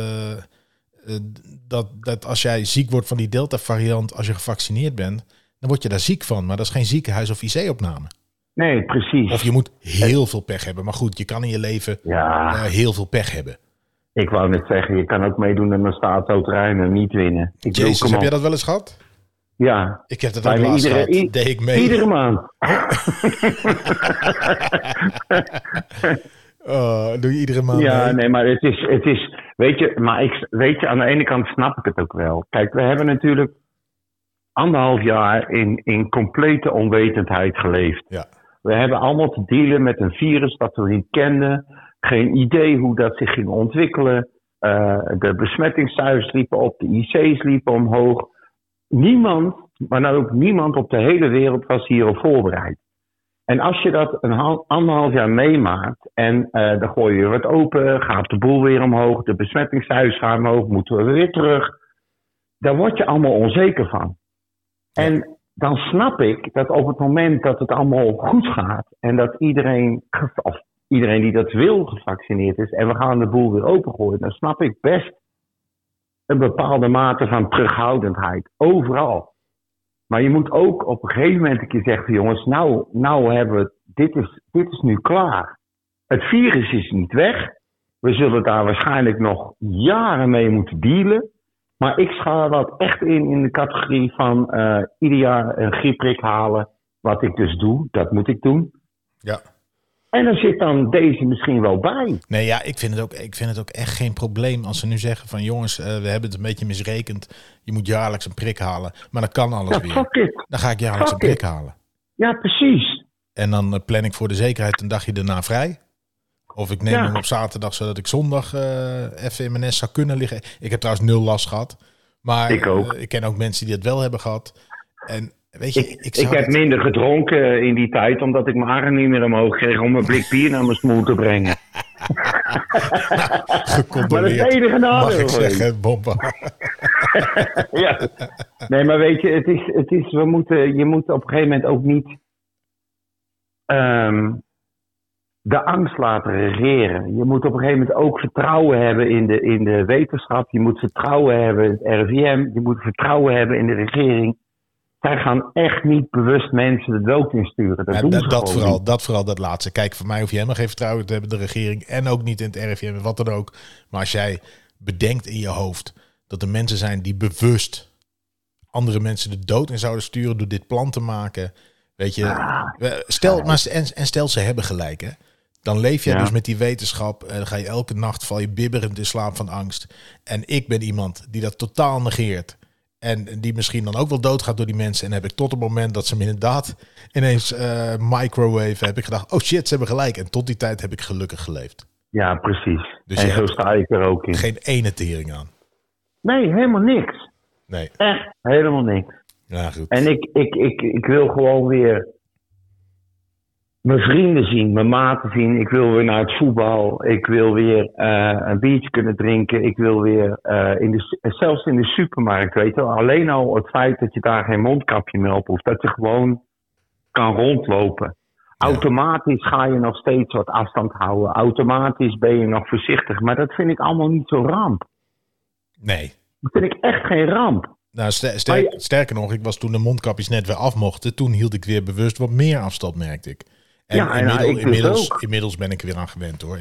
dat als jij ziek wordt van die Delta-variant, als je gevaccineerd bent, dan word je daar ziek van. Maar dat is geen ziekenhuis- of IC-opname. Nee, precies. Of je moet heel veel pech hebben. Maar goed, je kan in je leven heel veel pech hebben. Ik wou net zeggen, je kan ook meedoen aan een staatsloterij en niet winnen. Jezus, heb jij dat wel eens gehad? Ja. Ik heb dat ook laatst gehad. Deed ik mee. Iedere maand. Doe je iedere maand mee? Nee, maar het is weet je, aan de ene kant snap ik het ook wel. Kijk, we hebben natuurlijk 1,5 jaar in complete onwetendheid geleefd. Ja. We hebben allemaal te dealen met een virus dat we niet kenden. Geen idee hoe dat zich ging ontwikkelen. De besmettingscijfers liepen op, de IC's liepen omhoog. Niemand, maar nou ook niemand op de hele wereld was hierop voorbereid. En als je dat 1,5 jaar meemaakt en dan gooi je wat open, gaat de boel weer omhoog, de besmettingscijfers gaan omhoog, moeten we weer terug. Daar word je allemaal onzeker van. Ja. En dan snap ik dat op het moment dat het allemaal goed gaat en dat iedereen die dat wil gevaccineerd is en we gaan de boel weer opengooien, dan snap ik best een bepaalde mate van terughoudendheid. Overal. Maar je moet ook op een gegeven moment een keer zeggen, jongens, nou hebben we, dit is nu klaar. Het virus is niet weg. We zullen daar waarschijnlijk nog jaren mee moeten dealen. Maar ik schaal dat echt in de categorie van ieder jaar een griepprik halen. Wat ik dus doe, dat moet ik doen. Ja. En dan zit dan deze misschien wel bij. Nee, ja, ik vind het ook echt geen probleem als ze nu zeggen van jongens, we hebben het een beetje misrekend. Je moet jaarlijks een prik halen. Maar dan kan alles weer. Fuck it. Dan ga ik jaarlijks een prik halen. Ja, precies. En dan plan ik voor de zekerheid een dagje erna vrij. Of ik neem hem op zaterdag, zodat ik zondag even in mijn nest zou kunnen liggen. Ik heb trouwens 0 last gehad. Maar ik ook. Ik ken ook mensen die het wel hebben gehad. En weet je, ik heb minder gedronken in die tijd, omdat ik mijn arm niet meer omhoog kreeg om een blik bier naar mijn smoel te brengen. Gecondoleerd. Maar dat is het enige nadeel. Mag ik zeggen, bomba. Ja. Nee, maar weet je, je moet op een gegeven moment ook niet de angst laten regeren. Je moet op een gegeven moment ook vertrouwen hebben in de wetenschap. Je moet vertrouwen hebben in het RIVM. Je moet vertrouwen hebben in de regering. Zij gaan echt niet bewust mensen de dood insturen. Dat vooral dat laatste. Kijk, voor mij hoef je helemaal geen vertrouwen te hebben in de regering. En ook niet in het RIVM, wat dan ook. Maar als jij bedenkt in je hoofd dat er mensen zijn die bewust andere mensen de dood in zouden sturen door dit plan te maken. Weet je, stel ze hebben gelijk, hè. Dan leef jij dus met die wetenschap en dan ga je elke nacht val je bibberend in slaap van angst. En ik ben iemand die dat totaal negeert. En die misschien dan ook wel doodgaat door die mensen. En heb ik tot het moment dat ze me inderdaad ineens microwave, heb ik gedacht, oh shit, ze hebben gelijk. En tot die tijd heb ik gelukkig geleefd. Ja, precies. Dus en zo sta ik er ook in. Geen ene tering aan. Nee, helemaal niks. Nee. Echt helemaal niks. Ja, goed. En ik wil gewoon weer mijn vrienden zien, mijn maten zien. Ik wil weer naar het voetbal. Ik wil weer een biertje kunnen drinken. Ik wil weer zelfs in de supermarkt, weet je wel. Alleen al het feit dat je daar geen mondkapje meer op hoeft. Dat je gewoon kan rondlopen. Ja. Automatisch ga je nog steeds wat afstand houden. Automatisch ben je nog voorzichtig. Maar dat vind ik allemaal niet zo ramp. Nee. Dat vind ik echt geen ramp. Nou, sterker nog, ik was toen de mondkapjes net weer af mochten. Toen hield ik weer bewust wat meer afstand, merkte ik. En inmiddels ben ik er weer aan gewend, hoor.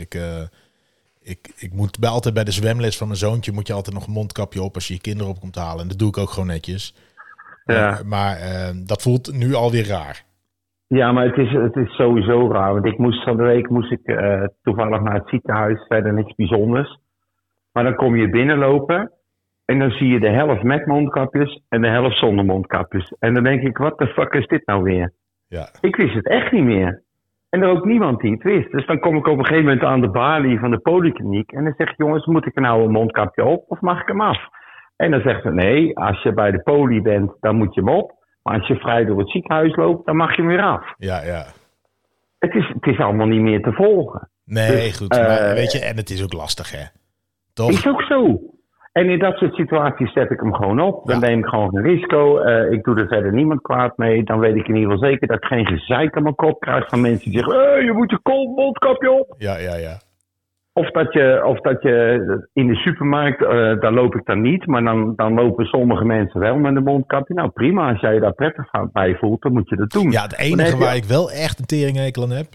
Ik moet altijd bij de zwemles van mijn zoontje moet je altijd nog een mondkapje op als je je kinderen op komt halen. En dat doe ik ook gewoon netjes. Ja. Maar dat voelt nu alweer raar. Ja, maar het is sowieso raar. Want van de week moest ik toevallig naar het ziekenhuis. Verder niks bijzonders. Maar dan kom je binnenlopen. En dan zie je de helft met mondkapjes en de helft zonder mondkapjes. En dan denk ik, wat de fuck is dit nou weer? Ja. Ik wist het echt niet meer. En er ook niemand die het wist. Dus dan kom ik op een gegeven moment aan de balie van de polykliniek. En dan zeg ik, jongens, moet ik er nou een mondkapje op of mag ik hem af? En dan zegt ze, nee, als je bij de poli bent, dan moet je hem op. Maar als je vrij door het ziekenhuis loopt, dan mag je hem weer af. Ja. Het is allemaal niet meer te volgen. Nee, dus, goed. Maar weet je, en het is ook lastig, hè? Toch? Is ook zo. En in dat soort situaties zet ik hem gewoon op. Dan neem ik gewoon geen risico. Ik doe er verder niemand kwaad mee. Dan weet ik in ieder geval zeker dat ik geen gezeik aan mijn kop krijg van mensen die zeggen, je moet je mondkapje op. Ja. Of dat je in de supermarkt, daar loop ik dan niet. Maar dan lopen sommige mensen wel met een mondkapje. Nou prima, als jij je daar prettig bij voelt, dan moet je dat doen. Ja, het enige waar ik wel echt een teringhekel aan heb.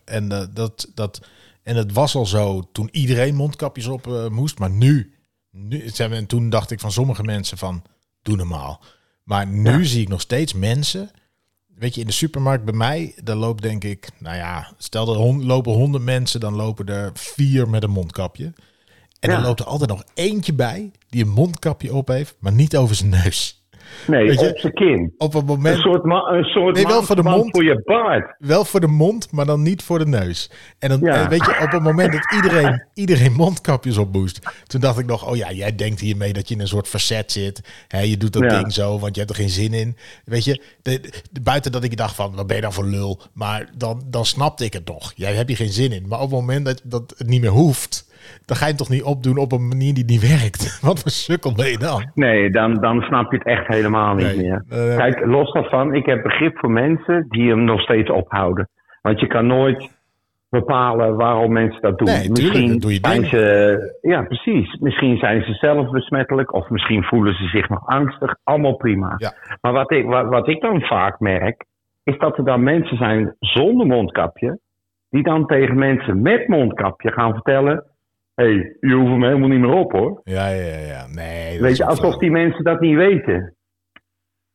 En het was al zo toen iedereen mondkapjes op moest. Maar nu, en toen dacht ik van sommige mensen van, doe normaal. Maar nu zie ik nog steeds mensen. Weet je, in de supermarkt bij mij, daar loopt denk ik, stel er lopen 100 mensen, dan lopen er 4 met een mondkapje. En dan loopt er altijd nog eentje bij die een mondkapje op heeft, maar niet over zijn neus. Nee, op zijn kin. Op een moment. Een soort wel voor de mond. Voor je baard. Wel voor de mond, maar dan niet voor de neus. En dan weet je, op het moment dat iedereen mondkapjes op moest. Toen dacht ik nog, jij denkt hiermee dat je in een soort verzet zit. Je doet dat ding zo, want je hebt er geen zin in. Weet je, buiten dat ik dacht van, wat ben je dan voor lul? Maar dan snapte ik het nog. Jij hebt hier geen zin in. Maar op het moment dat het niet meer hoeft, dan ga je het toch niet opdoen op een manier die niet werkt. Wat voor sukkel ben je dan? Nee, dan snap je het echt helemaal niet meer. Kijk, los daarvan, ik heb begrip voor mensen die hem nog steeds ophouden. Want je kan nooit bepalen waarom mensen dat doen. Nee, misschien dat doe je zijn ze, ja, precies. Misschien zijn ze zelf besmettelijk of misschien voelen ze zich nog angstig. Allemaal prima. Ja. Maar wat ik dan vaak merk, is dat er dan mensen zijn zonder mondkapje, die dan tegen mensen met mondkapje gaan vertellen, je hoeft hem helemaal niet meer op, hoor. Ja. Nee, weet je, alsof die mensen dat niet weten.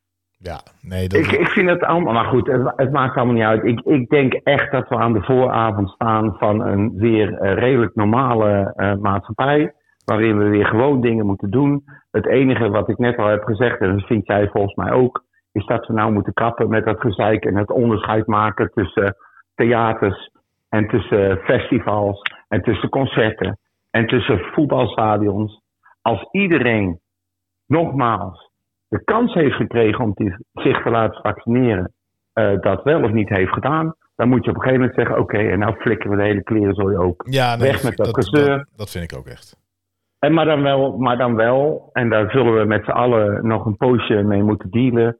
Ja, nee. Ik vind het allemaal, maar goed, het maakt allemaal niet uit. Ik denk echt dat we aan de vooravond staan van een weer redelijk normale maatschappij. Waarin we weer gewoon dingen moeten doen. Het enige wat ik net al heb gezegd, en dat vind jij volgens mij ook, is dat we nou moeten kappen met dat gezeik en het onderscheid maken tussen theaters en tussen festivals en tussen concerten en tussen voetbalstadions. Als iedereen nogmaals de kans heeft gekregen om zich te laten vaccineren, dat wel of niet heeft gedaan, dan moet je op een gegeven moment zeggen, oké, en nou flikken we de hele klerenzooi ook. Ja, nee, weg met dat gezeur. Dat vind ik ook echt. En maar dan wel, en daar zullen we met z'n allen nog een poosje mee moeten dealen.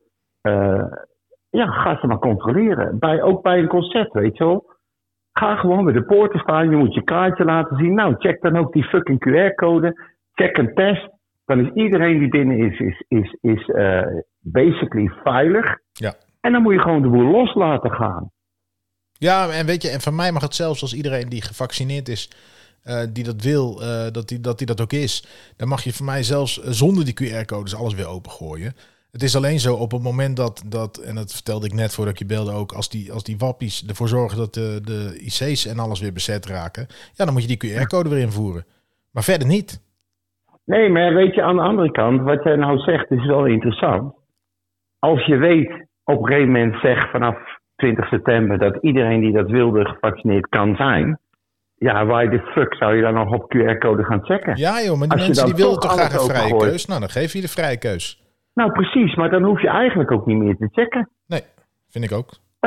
Ga ze maar controleren. Ook bij een concert, weet je wel. Ga gewoon bij de poorten staan, je moet je kaartje laten zien. Nou, check dan ook die fucking QR-code. Check een test. Dan is iedereen die binnen is basically veilig. Ja. En dan moet je gewoon de boel los laten gaan. Ja, en weet je, en van mij mag het zelfs als iedereen die gevaccineerd is, die dat wil, dat die dat ook is. Dan mag je van mij zelfs zonder die QR-codes alles weer opengooien. Het is alleen zo op het moment dat en dat vertelde ik net voordat ik je belde ook, als die wappies ervoor zorgen dat de IC's en alles weer bezet raken, ja, dan moet je die QR-code weer invoeren. Maar verder niet. Nee, maar weet je, aan de andere kant, wat jij nou zegt is wel interessant. Als je weet, op een gegeven moment zegt vanaf 20 september dat iedereen die dat wilde gevaccineerd kan zijn. Ja, why the fuck zou je dan nog op QR-code gaan checken? Ja joh, maar die mensen die willen toch graag een vrije keus? Nou, dan geef je de vrije keus. Nou precies, maar dan hoef je eigenlijk ook niet meer te checken. Nee, vind ik ook.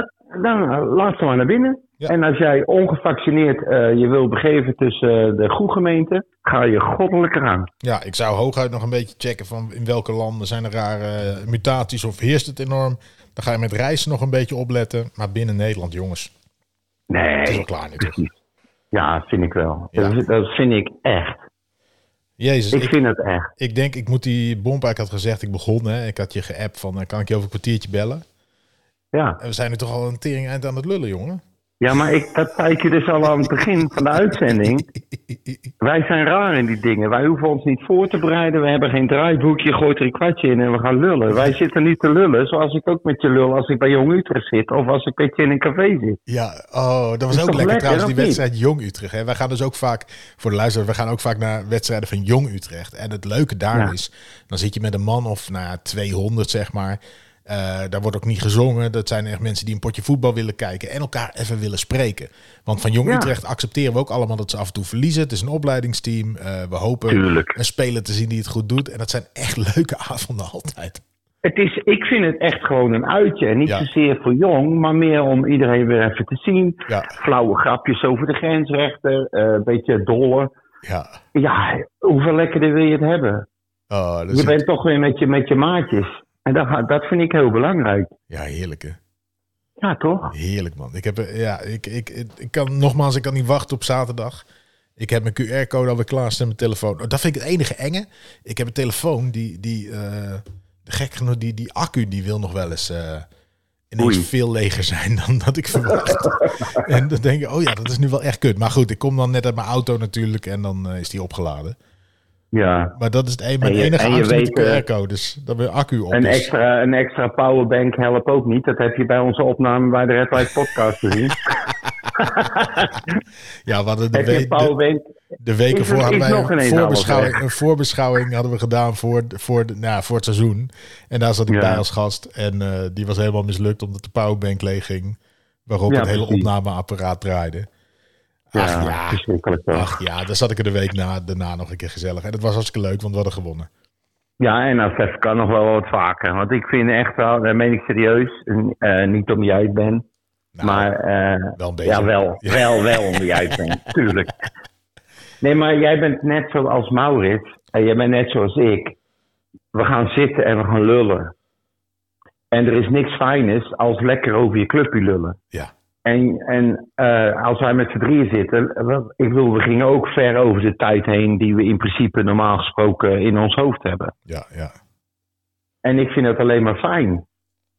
Dan laat ze maar naar binnen. Ja. En als jij ongevaccineerd je wil begeven tussen de goede gemeenten, ga je goddelijk eraan. Ja, ik zou hooguit nog een beetje checken van in welke landen zijn er rare mutaties of heerst het enorm. Dan ga je met reizen nog een beetje opletten. Maar binnen Nederland, jongens. Nee. Het is wel klaar nu, toch? Ja, vind ik wel. Ja. Dat vind ik echt. Jezus. Ik vind het echt. Ik denk, ik moet die bompa, ik had gezegd, ik begon. Hè, ik had je geappt van, kan ik je over een kwartiertje bellen? Ja. En we zijn nu toch al een tering eind aan het lullen, jongen. Ja, maar dat zei ik je dus al aan het begin van de uitzending. Wij zijn raar in die dingen. Wij hoeven ons niet voor te bereiden. We hebben geen draaiboekje, gooit er een kwartje in en we gaan lullen. Wij zitten niet te lullen, zoals ik ook met je lul als ik bij Jong Utrecht zit. Of als ik met je in een café zit. Ja, dat was ook lekker trouwens, die wedstrijd Jong Utrecht. Hè. Wij gaan dus ook vaak, voor de luisteraars, we gaan ook vaak naar wedstrijden van Jong Utrecht. En het leuke daar is, dan zit je met een man of 200 zeg maar. Daar wordt ook niet gezongen. Dat zijn echt mensen die een potje voetbal willen kijken en elkaar even willen spreken. Want van Jong Utrecht accepteren we ook allemaal dat ze af en toe verliezen. Het is een opleidingsteam. We hopen een speler te zien die het goed doet. En dat zijn echt leuke avonden altijd. Ik vind het echt gewoon een uitje. En niet zozeer voor Jong, maar meer om iedereen weer even te zien. Ja. Flauwe grapjes over de grensrechter. Een beetje dolle. Ja, hoeveel lekkerder wil je het hebben? Je bent toch weer met je maatjes. En dat vind ik heel belangrijk. Ja, heerlijk hè? Ja, toch? Heerlijk man. Ik kan niet wachten op zaterdag. Ik heb mijn QR-code alweer klaarstaan op mijn telefoon. Dat vind ik het enige enge. Ik heb een telefoon gek genoeg, die accu die wil nog wel eens ineens veel leger zijn dan dat ik verwacht. En dan denk ik, dat is nu wel echt kut. Maar goed, ik kom dan net uit mijn auto natuurlijk en dan is die opgeladen. Ja. Maar dat is het enige angst met de QR-codes. Dat we accu op is. Een extra powerbank helpt ook niet. Dat heb je bij onze opname bij de Red Light podcast gezien. Ja, we hadden de weken voor hadden wij een voorbeschouwing hadden we gedaan voor het seizoen. En daar zat ik bij als gast. En die was helemaal mislukt omdat de powerbank leeg ging. Waarop het hele opnameapparaat draaide. Verschrikkelijk toch. Daar zat ik er de week daarna nog een keer gezellig. En dat was hartstikke leuk, want we hadden gewonnen. Ja, en dat kan nog wel wat vaker. Want ik vind echt wel, dat meen ik serieus, niet om wie uit ben. Nou, maar wel een beetje. Ja, wel om wie uit ben, tuurlijk. Nee, maar jij bent net zoals Maurits. En jij bent net zoals ik. We gaan zitten en we gaan lullen. En er is niks fijners als lekker over je clubje lullen. Ja. En als wij met z'n drieën zitten, we gingen ook ver over de tijd heen die we in principe normaal gesproken in ons hoofd hebben. Ja. En ik vind het alleen maar fijn.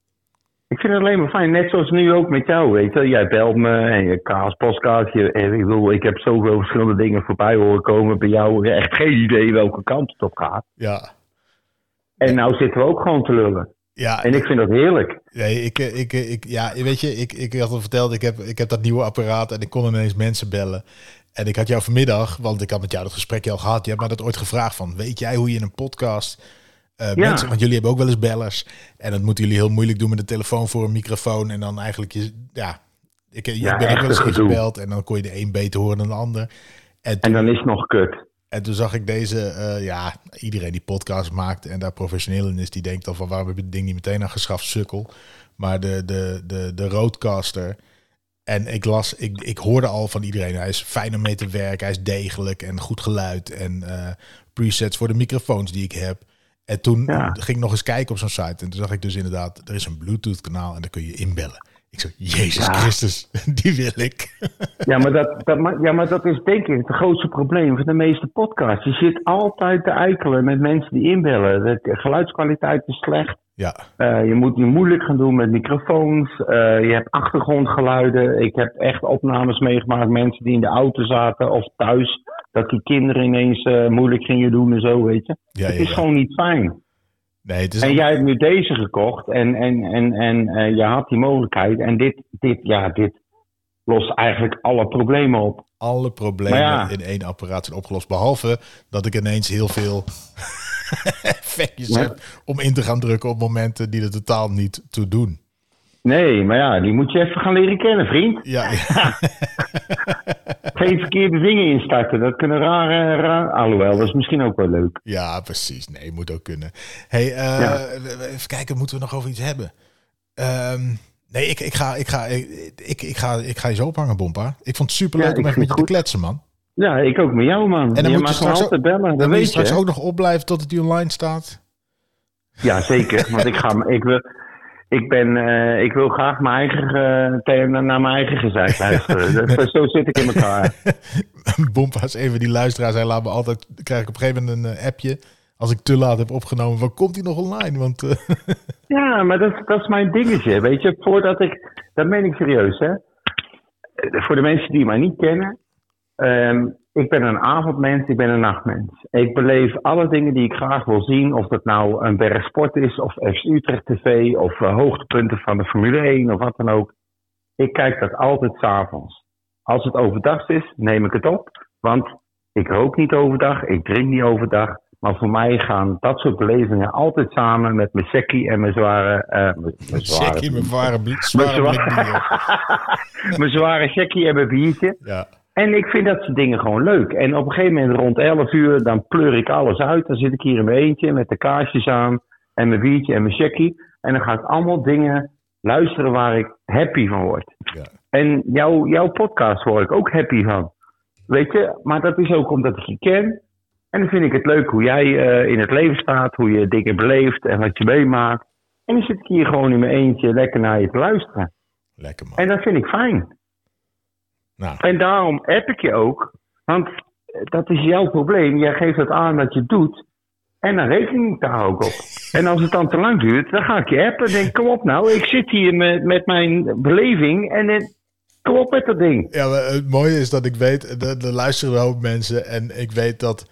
Net zoals nu ook met jou, weet je. Jij belt me en je podcast. Ik heb zoveel verschillende dingen voorbij horen komen bij jou. Echt geen idee welke kant het op gaat. Ja. En nou zitten we ook gewoon te lullen. Ja, En ik vind dat heerlijk. nee, weet je, ik had al verteld, ik heb dat nieuwe apparaat en ik kon ineens mensen bellen. En ik had jou vanmiddag, want ik had met jou dat gesprekje al gehad, je hebt mij dat ooit gevraagd van, weet jij hoe je in een podcast... mensen, want jullie hebben ook wel eens bellers. En dat moeten jullie heel moeilijk doen met de telefoon voor een microfoon. En dan eigenlijk ik ben ook wel eens ingebeld. En dan kon je de een beter horen dan de ander. En dan is het nog kut. En toen zag ik deze, iedereen die podcast maakt en daar professioneel in is, die denkt dan van waarom heb je het ding niet meteen aangeschaft, sukkel. Maar de Rodecaster. En ik hoorde al van iedereen, hij is fijn om mee te werken, hij is degelijk en goed geluid. En presets voor de microfoons die ik heb. En toen ging ik nog eens kijken op zo'n site. En toen zag ik dus inderdaad, er is een Bluetooth kanaal en daar kun je inbellen. Ik zei, Jezus Christus, die wil ik. Maar dat is denk ik het grootste probleem van de meeste podcasts. Je zit altijd te eikelen met mensen die inbellen. De geluidskwaliteit is slecht. Ja. Je moet je moeilijk gaan doen met microfoons. Je hebt achtergrondgeluiden. Ik heb echt opnames meegemaakt. Mensen die in de auto zaten of thuis. Dat die kinderen ineens moeilijk gingen doen en zo, weet je. Het is gewoon niet fijn. Nee, het is en jij hebt nu deze gekocht en je had die mogelijkheid. En dit lost eigenlijk alle problemen op. Alle problemen in één apparaat zijn opgelost. Behalve dat ik ineens heel veel effectjes heb om in te gaan drukken op momenten die er totaal niet toe doen. Nee, maar ja, die moet je even gaan leren kennen, vriend. Ja. Geen verkeerde dingen instarten. Dat kunnen rare... Alhoewel, dat is misschien ook wel leuk. Ja, precies. Nee, moet ook kunnen. Hey, even kijken, moeten we nog over iets hebben? Nee, ik ga je zo ophangen, Bompa. Ik vond het superleuk om even met je te kletsen, man. Ja, ik ook met jou, man. En dan moet je straks altijd bellen. Dan moet je straks ook nog opblijven tot het die online staat. Ja, zeker. Want ik wil graag mijn eigen naar mijn eigen gezeik luisteren. Zo zit ik in elkaar. Bompa is even die luisteraar. Hij laat me altijd, krijg ik op een gegeven moment een appje. Als ik te laat heb opgenomen, van komt hij nog online? Want, Ja, maar dat is mijn dingetje. Weet je, dat meen ik serieus, hè. Voor de mensen die mij niet kennen. Ik ben een avondmens, ik ben een nachtmens. Ik beleef alle dingen die ik graag wil zien. Of dat nou een berg sport is, of FC Utrecht TV, of hoogtepunten van de Formule 1, of wat dan ook. Ik kijk dat altijd 's avonds. Als het overdag is, neem ik het op. Want ik rook niet overdag, ik drink niet overdag. Maar voor mij gaan dat soort belevingen altijd samen met mijn sekkie en mijn zware... mijn zware mijn zware sekkie en mijn biertje. Ja. En ik vind dat soort dingen gewoon leuk. En op een gegeven moment rond 11 uur, dan pleur ik alles uit. Dan zit ik hier in mijn eentje met de kaarsjes aan en mijn biertje en mijn checkie. En dan ga ik allemaal dingen luisteren waar ik happy van word. Ja. En jouw podcast word ik ook happy van. Weet je, maar dat is ook omdat ik je ken. En dan vind ik het leuk hoe jij in het leven staat, hoe je dingen beleeft en wat je meemaakt. En dan zit ik hier gewoon in mijn eentje lekker naar je te luisteren. Lekker, man. En dat vind ik fijn. Nou. En daarom app ik je ook. Want dat is jouw probleem. Jij geeft het aan dat je het doet. En dan reken ik daar ook op. En als het dan te lang duurt, dan ga ik je appen. En denk, kom op nou. Ik zit hier met mijn beleving. En kom op met dat ding. Ja, maar het mooie is dat ik weet, er luisteren een hoop mensen. En ik weet dat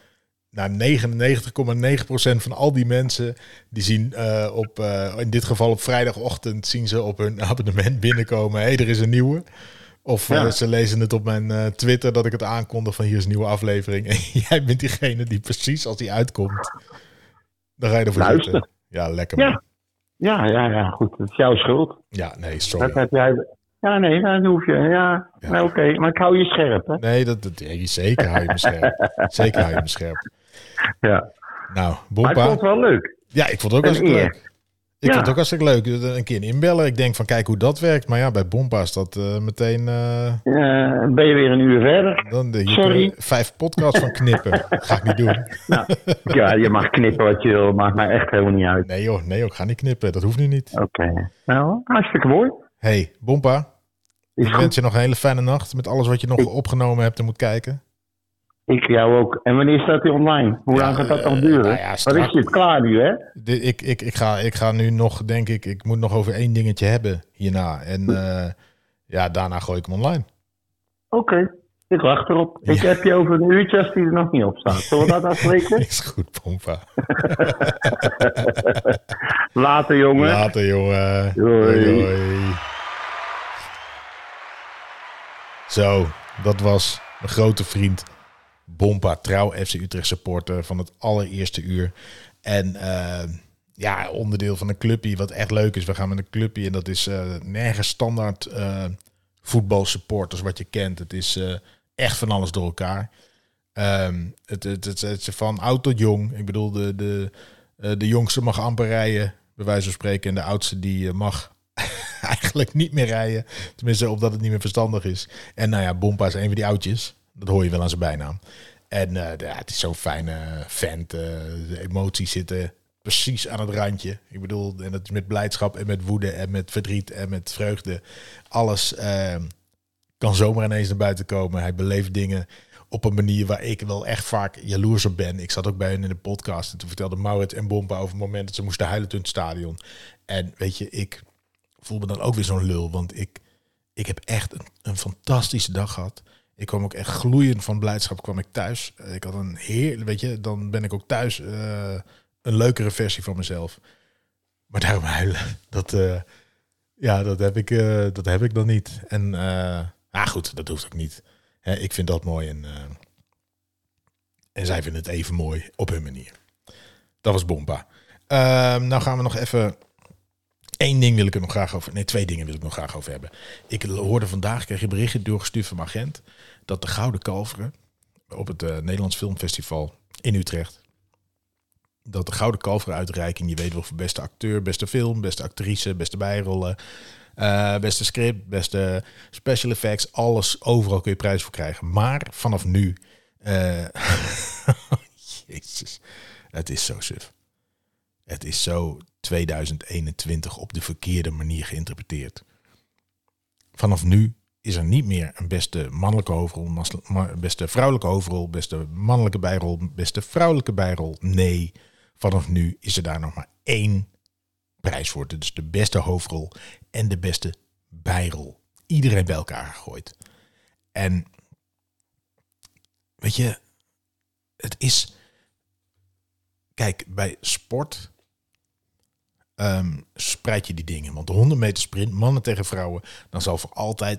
99,9% van al die mensen, die zien in dit geval op vrijdagochtend, zien ze op hun abonnement binnenkomen. Hé, er is een nieuwe. Of ze lezen het op mijn Twitter dat ik het aankondig van hier is een nieuwe aflevering. En jij bent diegene die precies als die uitkomt, dan ga je ervoor zitten. Ja, lekker man. Ja, goed. Het is jouw schuld. Ja, nee, sorry. Dat heb jij... Ja, nee, dat hoef je. Ja. Nee, oké. Maar ik hou je scherp, hè? Nee, zeker hou je me scherp. Zeker hou je me scherp. Ja. Nou, Bompa. Maar ik vond het wel leuk. Ja, ik vond het ook hartstikke leuk. Ik vond het ook hartstikke leuk. Een keer inbellen. Ik denk van kijk hoe dat werkt. Maar ja, bij Bompa is dat meteen... ben je weer een uur verder. Sorry. 5 podcasts van knippen. Ga ik niet doen. Nou, ja, je mag knippen wat je wil. Maakt mij echt helemaal niet uit. Nee joh, ik ga niet knippen. Dat hoeft nu niet. Oké. Nou, hartstikke mooi. Hey, Bompa. Ik wens je nog een hele fijne nacht. Met alles wat je nog opgenomen hebt en moet kijken. Ik jou ook. En wanneer staat hij online? Hoe lang gaat dat nog duren? Nou ja, wat is dit klaar nu, hè? Ik ga nu nog, denk ik moet nog over 1 dingetje hebben hierna. En daarna gooi ik hem online. Oké, ik wacht erop. Ik heb je over een uurtje als die er nog niet op staat. Zullen we dat afspreken? Is goed, Pompa. Later, jongen. Later, jongen. Doei. Doei. Zo, dat was mijn grote vriend Bompa, trouw FC Utrecht supporter van het allereerste uur. En onderdeel van een clubje wat echt leuk is. We gaan met een clubje en dat is nergens standaard voetbalsupporters wat je kent. Het is echt van alles door elkaar. Het is van oud tot jong. Ik bedoel, de jongste mag amper rijden, bij wijze van spreken. En de oudste die mag eigenlijk niet meer rijden. Tenminste, omdat het niet meer verstandig is. En Bompa is een van die oudjes. Dat hoor je wel aan zijn bijnaam. En het is zo'n fijne vent. De emoties zitten precies aan het randje. Ik bedoel, en dat is met blijdschap en met woede en met verdriet en met vreugde. Alles kan zomaar ineens naar buiten komen. Hij beleeft dingen op een manier waar ik wel echt vaak jaloers op ben. Ik zat ook bij hen in de podcast en toen vertelde Maurits en Bompa over het moment dat ze moesten huilen toen het stadion. En weet je, ik voel me dan ook weer zo'n lul, want ik heb echt een fantastische dag gehad. Ik kwam ook echt gloeiend van blijdschap kwam ik thuis. Ik had een weet je, dan ben ik ook thuis een leukere versie van mezelf. Maar daarom huilen, dat heb ik dan niet. En goed, dat hoeft ook niet. Ik vind dat mooi en zij vinden het even mooi op hun manier. Dat was Bompa. Nou gaan we nog even... Twee dingen wil ik nog graag over hebben. Ik hoorde vandaag, kreeg je berichtje doorgestuurd van mijn agent, dat de Gouden Kalveren op het Nederlands Filmfestival in Utrecht, dat de Gouden Kalveren uitreiking, je weet wel, voor beste acteur, beste film, beste actrice, beste bijrollen, beste script, beste special effects, alles, overal kun je prijs voor krijgen. Maar vanaf nu, jezus, het is zo suf. Het is zo 2021 op de verkeerde manier geïnterpreteerd. Vanaf nu is er niet meer een beste mannelijke hoofdrol, beste vrouwelijke hoofdrol, beste mannelijke bijrol, beste vrouwelijke bijrol. Nee, vanaf nu is er daar nog maar 1 prijs voor. Dus de beste hoofdrol en de beste bijrol. Iedereen bij elkaar gegooid. En weet je, het is... Kijk, bij sport spreid je die dingen. Want de 100 meter sprint, mannen tegen vrouwen, dan zal voor altijd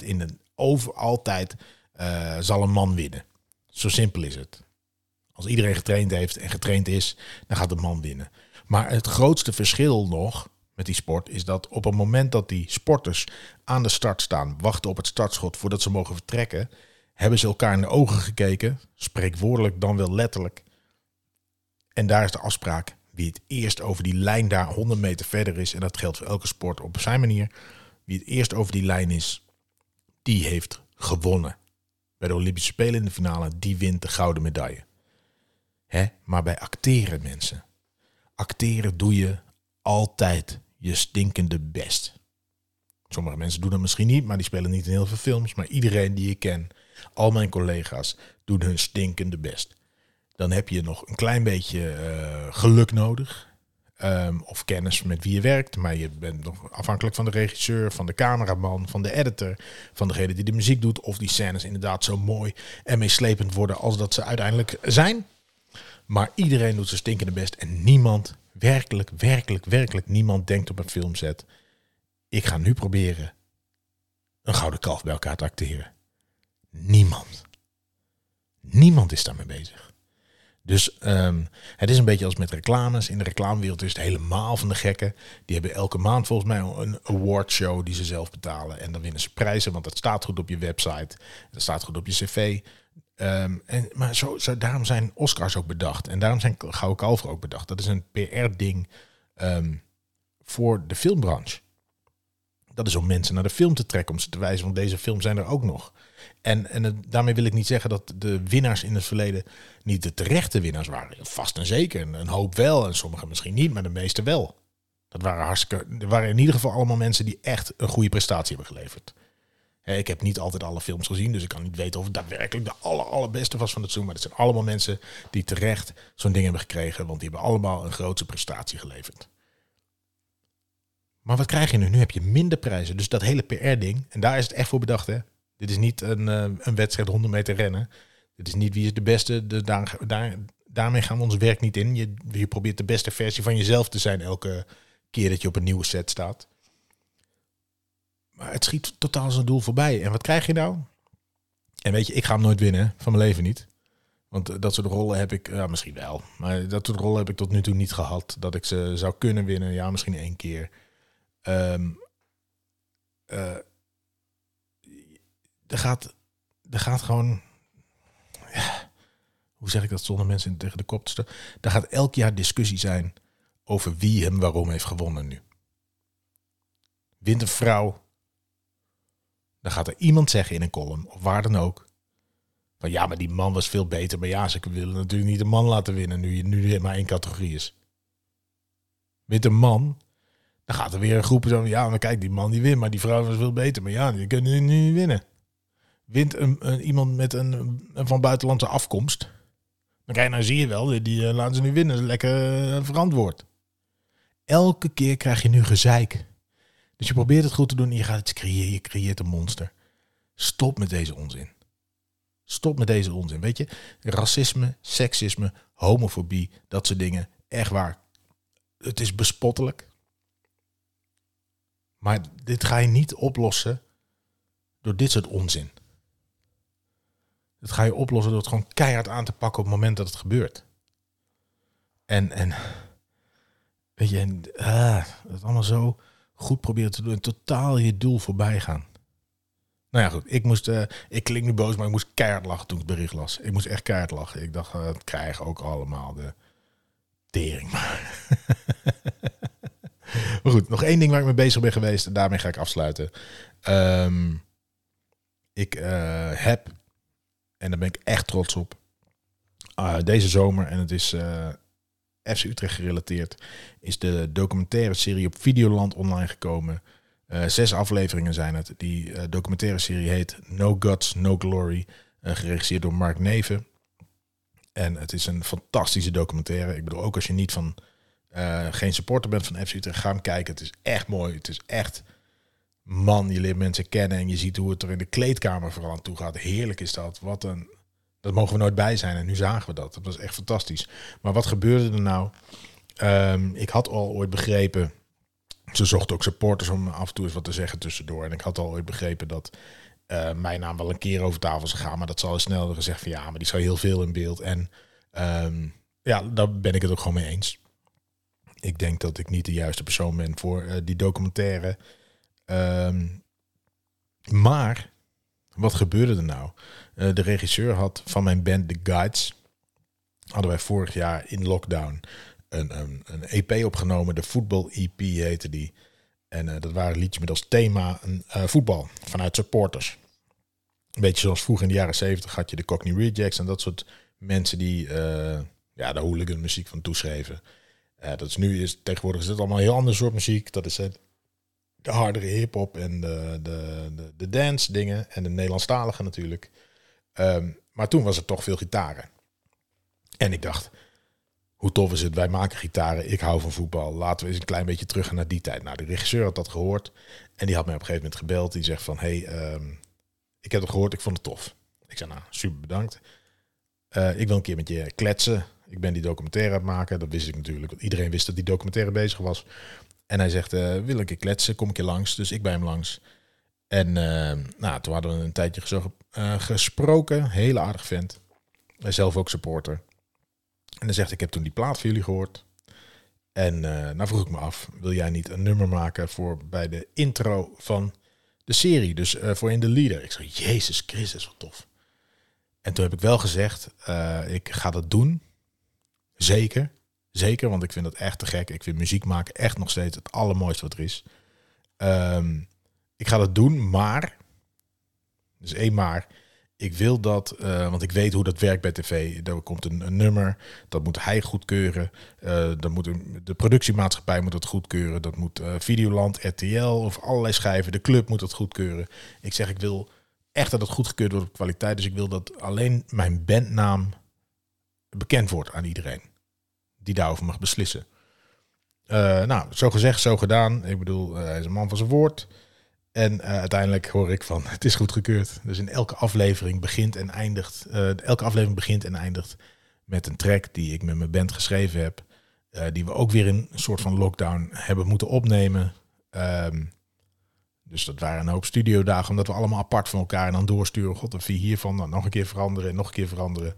zal een man winnen. Zo simpel is het. Als iedereen getraind heeft en getraind is, dan gaat de man winnen. Maar het grootste verschil nog met die sport is dat op het moment dat die sporters aan de start staan, wachten op het startschot voordat ze mogen vertrekken, hebben ze elkaar in de ogen gekeken, spreekwoordelijk dan wel letterlijk. En daar is de afspraak wie het eerst over die lijn daar 100 meter verder is, en dat geldt voor elke sport op zijn manier, wie het eerst over die lijn is, die heeft gewonnen. Bij de Olympische Spelen in de finale, die wint de gouden medaille. Maar bij acteren, mensen. Acteren doe je altijd je stinkende best. Sommige mensen doen dat misschien niet, maar die spelen niet in heel veel films. Maar iedereen die ik ken, al mijn collega's, doen hun stinkende best. Dan heb je nog een klein beetje geluk nodig. Of kennis met wie je werkt. Maar je bent nog afhankelijk van de regisseur, van de cameraman, van de editor, van degene die de muziek doet. Of die scènes inderdaad zo mooi en meeslepend worden als dat ze uiteindelijk zijn. Maar iedereen doet zijn stinkende best. En niemand, werkelijk niemand denkt op een filmset: ik ga nu proberen een gouden kalf bij elkaar te acteren. Niemand is daarmee bezig. Dus het is een beetje als met reclames. In de reclamewereld is het helemaal van de gekken. Die hebben elke maand volgens mij een awardshow die ze zelf betalen. En dan winnen ze prijzen, want dat staat goed op je website. Dat staat goed op je cv. Maar daarom zijn Oscars ook bedacht. En daarom zijn Gouden Kalveren ook bedacht. Dat is een PR-ding voor de filmbranche. Dat is om mensen naar de film te trekken, om ze te wijzen, want deze films zijn er ook nog. En daarmee wil ik niet zeggen dat de winnaars in het verleden niet de terechte winnaars waren. Vast en zeker. Een hoop wel en sommigen misschien niet, maar de meeste wel. Dat waren in ieder geval allemaal mensen die echt een goede prestatie hebben geleverd. Ik heb niet altijd alle films gezien, dus ik kan niet weten of het daadwerkelijk de allerbeste was van het seizoen. Maar het zijn allemaal mensen die terecht zo'n ding hebben gekregen, want die hebben allemaal een grootse prestatie geleverd. Maar wat krijg je nu? Nu heb je minder prijzen. Dus dat hele PR-ding, en daar is het echt voor bedacht, hè. Dit is niet een wedstrijd 100 meter rennen. Dit is niet wie is de beste. Daarmee gaan we ons werk niet in. Je probeert de beste versie van jezelf te zijn elke keer dat je op een nieuwe set staat. Maar het schiet totaal zijn doel voorbij. En wat krijg je nou? En weet je, ik ga hem nooit winnen, van mijn leven niet. Want dat soort rollen heb ik, ja, misschien wel. Maar dat soort rollen heb ik tot nu toe niet gehad. Dat ik ze zou kunnen winnen, ja, misschien 1 keer. Er gaat gewoon... Ja, hoe zeg ik dat zonder mensen tegen de kop te staan? Er gaat elk jaar discussie zijn over wie hem waarom heeft gewonnen nu. Wint een vrouw, dan gaat er iemand zeggen in een column, of waar dan ook, van ja, maar die man was veel beter. Maar ja, ze willen natuurlijk niet een man laten winnen nu er maar 1 categorie is. Wint een man, dan gaat er weer een groep zo, ja, maar kijk, die man die wint, maar die vrouw was veel beter. Maar ja, die kunnen nu niet winnen. Wint iemand met een van buitenlandse afkomst, dan kijk, nou zie je wel, die laten ze nu winnen. Lekker verantwoord. Elke keer krijg je nu gezeik. Dus je probeert het goed te doen en je gaat iets creëren. Je creëert een monster. Stop met deze onzin. Stop met deze onzin. Weet je, racisme, seksisme, homofobie, dat soort dingen. Echt waar. Het is bespottelijk. Maar dit ga je niet oplossen door dit soort onzin. Dat ga je oplossen door het gewoon keihard aan te pakken op het moment dat het gebeurt. En weet je, dat allemaal zo goed proberen te doen en totaal je doel voorbij gaan. Nou ja, goed. Ik klink nu boos, maar ik moest keihard lachen toen ik het bericht las. Ik moest echt keihard lachen. Ik dacht, dat krijgen ook allemaal de tering. Maar goed, nog 1 ding waar ik mee bezig ben geweest en daarmee ga ik afsluiten. Ik heb, en daar ben ik echt trots op, deze zomer, en het is FC Utrecht gerelateerd, is de documentaire serie op Videoland online gekomen. 6 afleveringen zijn het. Die documentaire serie heet No Guts, No Glory, geregisseerd door Mark Neven. En het is een fantastische documentaire. Ik bedoel, ook als je niet van geen supporter bent van FC Utrecht, ga hem kijken. Het is echt mooi. Het is echt, man, je leert mensen kennen en je ziet hoe het er in de kleedkamer vooral aan toe gaat. Heerlijk is dat. Dat mogen we nooit bij zijn en nu zagen we dat. Dat was echt fantastisch. Maar wat gebeurde er nou? Ik had al ooit begrepen, ze zochten ook supporters om af en toe eens wat te zeggen tussendoor. En ik had al ooit begrepen dat mijn naam wel een keer over tafel zou gaan. Maar dat zal al snel gezegd van ja, maar die zou heel veel in beeld. En ja, daar ben ik het ook gewoon mee eens. Ik denk dat ik niet de juiste persoon ben voor die documentaire. Maar wat gebeurde er nou? De regisseur had van mijn band The Guides, hadden wij vorig jaar in lockdown een EP opgenomen. De Voetbal EP heette die. En dat waren liedjes met als thema voetbal vanuit supporters. Een beetje zoals vroeger in de jaren 70 had je de Cockney Rejects en dat soort mensen die de hooligan muziek van toeschreven. Tegenwoordig is het allemaal een heel ander soort muziek. Dat is de hardere hip-hop en de dance dingen en de Nederlandstalige natuurlijk. Maar toen was er toch veel gitaren. En ik dacht, hoe tof is het? Wij maken gitaren, ik hou van voetbal. Laten we eens een klein beetje terug gaan naar die tijd. Nou, de regisseur had dat gehoord en die had mij op een gegeven moment gebeld. Die zegt van, ik heb het gehoord, ik vond het tof. Ik zei, nou, super bedankt. Ik wil een keer met je kletsen. Ik ben die documentaire aan het maken. Dat wist ik natuurlijk, want iedereen wist dat die documentaire bezig was. En hij zegt, wil ik een keer kletsen? Kom ik je langs? Dus ik bij hem langs. En toen hadden we een tijdje gesproken. Hele aardig vent. Hij zelf ook supporter. En dan zegt, ik heb toen die plaat van jullie gehoord. En nou vroeg ik me af, wil jij niet een nummer maken voor bij de intro van de serie? Dus voor in de leader. Ik zei, Jezus Christus, wat tof. En toen heb ik wel gezegd, ik ga dat doen. Zeker, want ik vind dat echt te gek. Ik vind muziek maken echt nog steeds het allermooiste wat er is. Ik ga dat doen, maar, dus 1 maar, ik wil dat, want ik weet hoe dat werkt bij tv. Er komt een nummer, dat moet hij goedkeuren. De productiemaatschappij moet dat goedkeuren. Dat moet Videoland, RTL of allerlei schijven. De club moet dat goedkeuren. Ik zeg, ik wil echt dat het goedgekeurd wordt op kwaliteit. Dus ik wil dat alleen mijn bandnaam bekend wordt aan iedereen die daarover mag beslissen. Nou, zo gezegd, zo gedaan. Ik bedoel, hij is een man van zijn woord. En uiteindelijk hoor ik van, het is goedgekeurd. Dus in elke aflevering begint en eindigt met een track die ik met mijn band geschreven heb. Die we ook weer in een soort van lockdown hebben moeten opnemen. Dus dat waren een hoop studiodagen, omdat we allemaal apart van elkaar en dan doorsturen. God, of hiervan, dan nog een keer veranderen en nog een keer veranderen.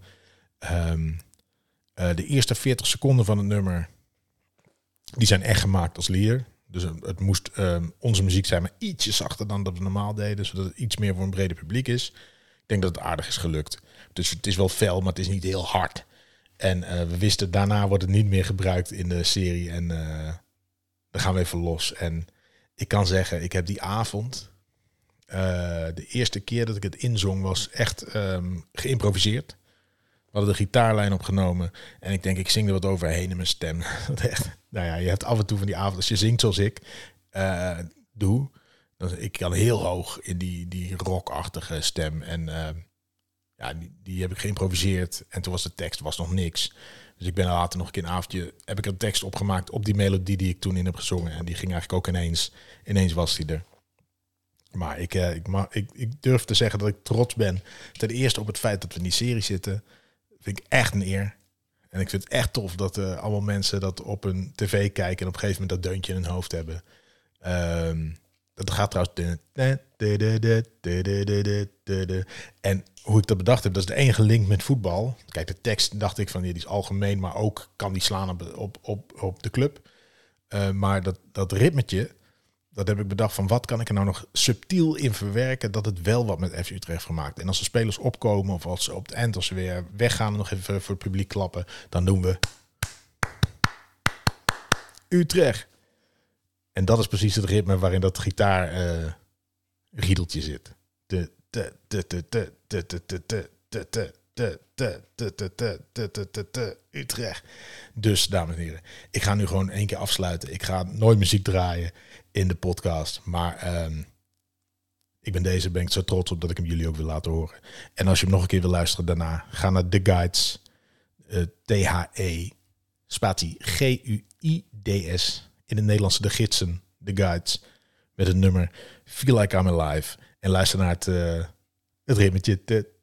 De eerste 40 seconden van het nummer, die zijn echt gemaakt als lieder. Dus het moest onze muziek zijn, maar ietsje zachter dan dat we normaal deden, zodat het iets meer voor een breder publiek is. Ik denk dat het aardig is gelukt. Dus het is wel fel, maar het is niet heel hard. En we wisten, daarna wordt het niet meer gebruikt in de serie. En dan gaan we even los. En ik kan zeggen, ik heb die avond, de eerste keer dat ik het inzong, was echt geïmproviseerd. We hadden de gitaarlijn opgenomen. En ik denk, ik zing er wat overheen in mijn stem. Dat echt, nou ja, je hebt af en toe van die avond, als je zingt zoals ik doe. Dan, ik kan heel hoog in die rockachtige stem. En die heb ik geïmproviseerd. En toen was de tekst nog niks. Dus ik ben later nog een keer een avondje, heb ik een tekst opgemaakt op die melodie die ik toen in heb gezongen. En die ging eigenlijk ook ineens was die er. Maar ik durf te zeggen dat ik trots ben. Ten eerste op het feit dat we in die serie zitten. Vind ik echt een eer. En ik vind het echt tof dat allemaal mensen dat op hun tv kijken en op een gegeven moment dat deuntje in hun hoofd hebben. Dat gaat trouwens. En hoe ik dat bedacht heb, dat is de enige link met voetbal. Kijk, de tekst dacht ik van die is algemeen, maar ook kan die slaan op de club. Maar dat ritmetje, dat heb ik bedacht van wat kan ik er nou nog subtiel in verwerken dat het wel wat met FC Utrecht gemaakt. En als de spelers opkomen of als ze op het eind, als ze weer weggaan, nog even voor het publiek klappen, dan doen we Utrecht. En dat is precies het ritme waarin dat gitaar riedeltje zit. Utrecht. Dus, dames en heren, ik ga nu gewoon 1 keer afsluiten. Ik ga nooit muziek draaien in de podcast. Maar ben ik zo trots op dat ik hem jullie ook wil laten horen. En als je hem nog een keer wil luisteren daarna, ga naar The Guides. THE spatie GUIDS. In het Nederlandse De Gidsen, The Guides. Met het nummer Feel Like I'm Alive. En luister naar het ritmetje.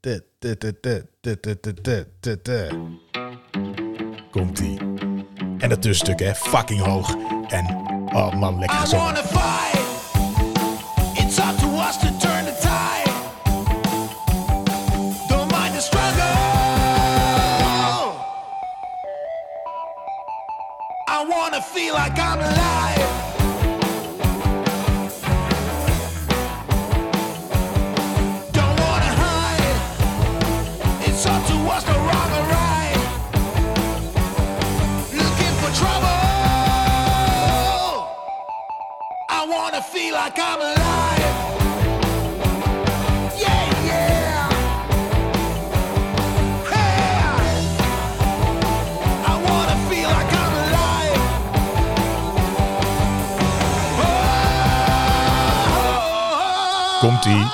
Komt-ie. En dat tussenstuk, hè. Fucking hoog. En, oh man, lekker gezongen. It's up to us to turn the tide. Don't mind the struggle. I wanna feel like I'm alive. Don't wanna hide. It's up to us to wrong or right. Looking for trouble. I wanna feel like I'm alive. Yeah, yeah. Hey. I wanna feel like I'm alive. Oh. Komt-ie.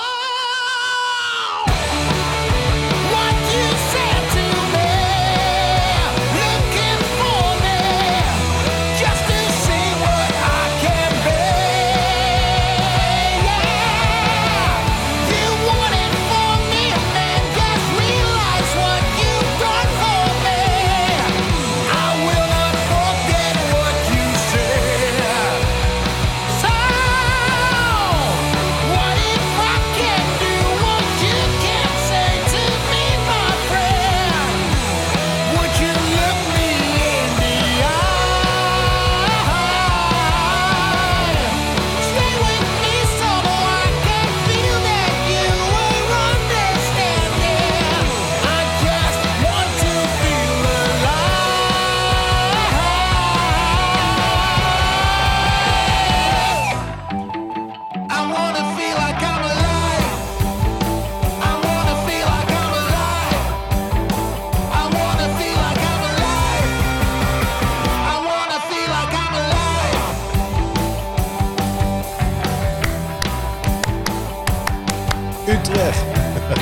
Utrecht.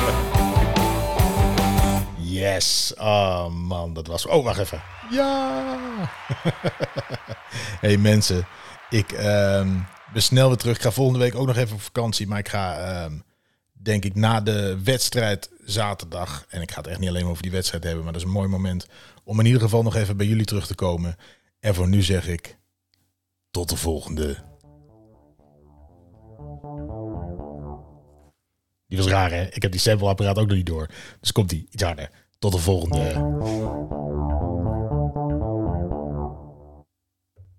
Yes. Oh man, dat was... Oh, wacht even. Ja. Hey mensen, ik ben snel weer terug. Ik ga volgende week ook nog even op vakantie. Maar ik ga, denk ik, na de wedstrijd zaterdag... En ik ga het echt niet alleen over die wedstrijd hebben... maar dat is een mooi moment om in ieder geval nog even bij jullie terug te komen. En voor nu zeg ik tot de volgende. Die was raar, hè? Ik heb die sampleapparaat ook nog niet door. Dus komt die iets harder. Tot de volgende.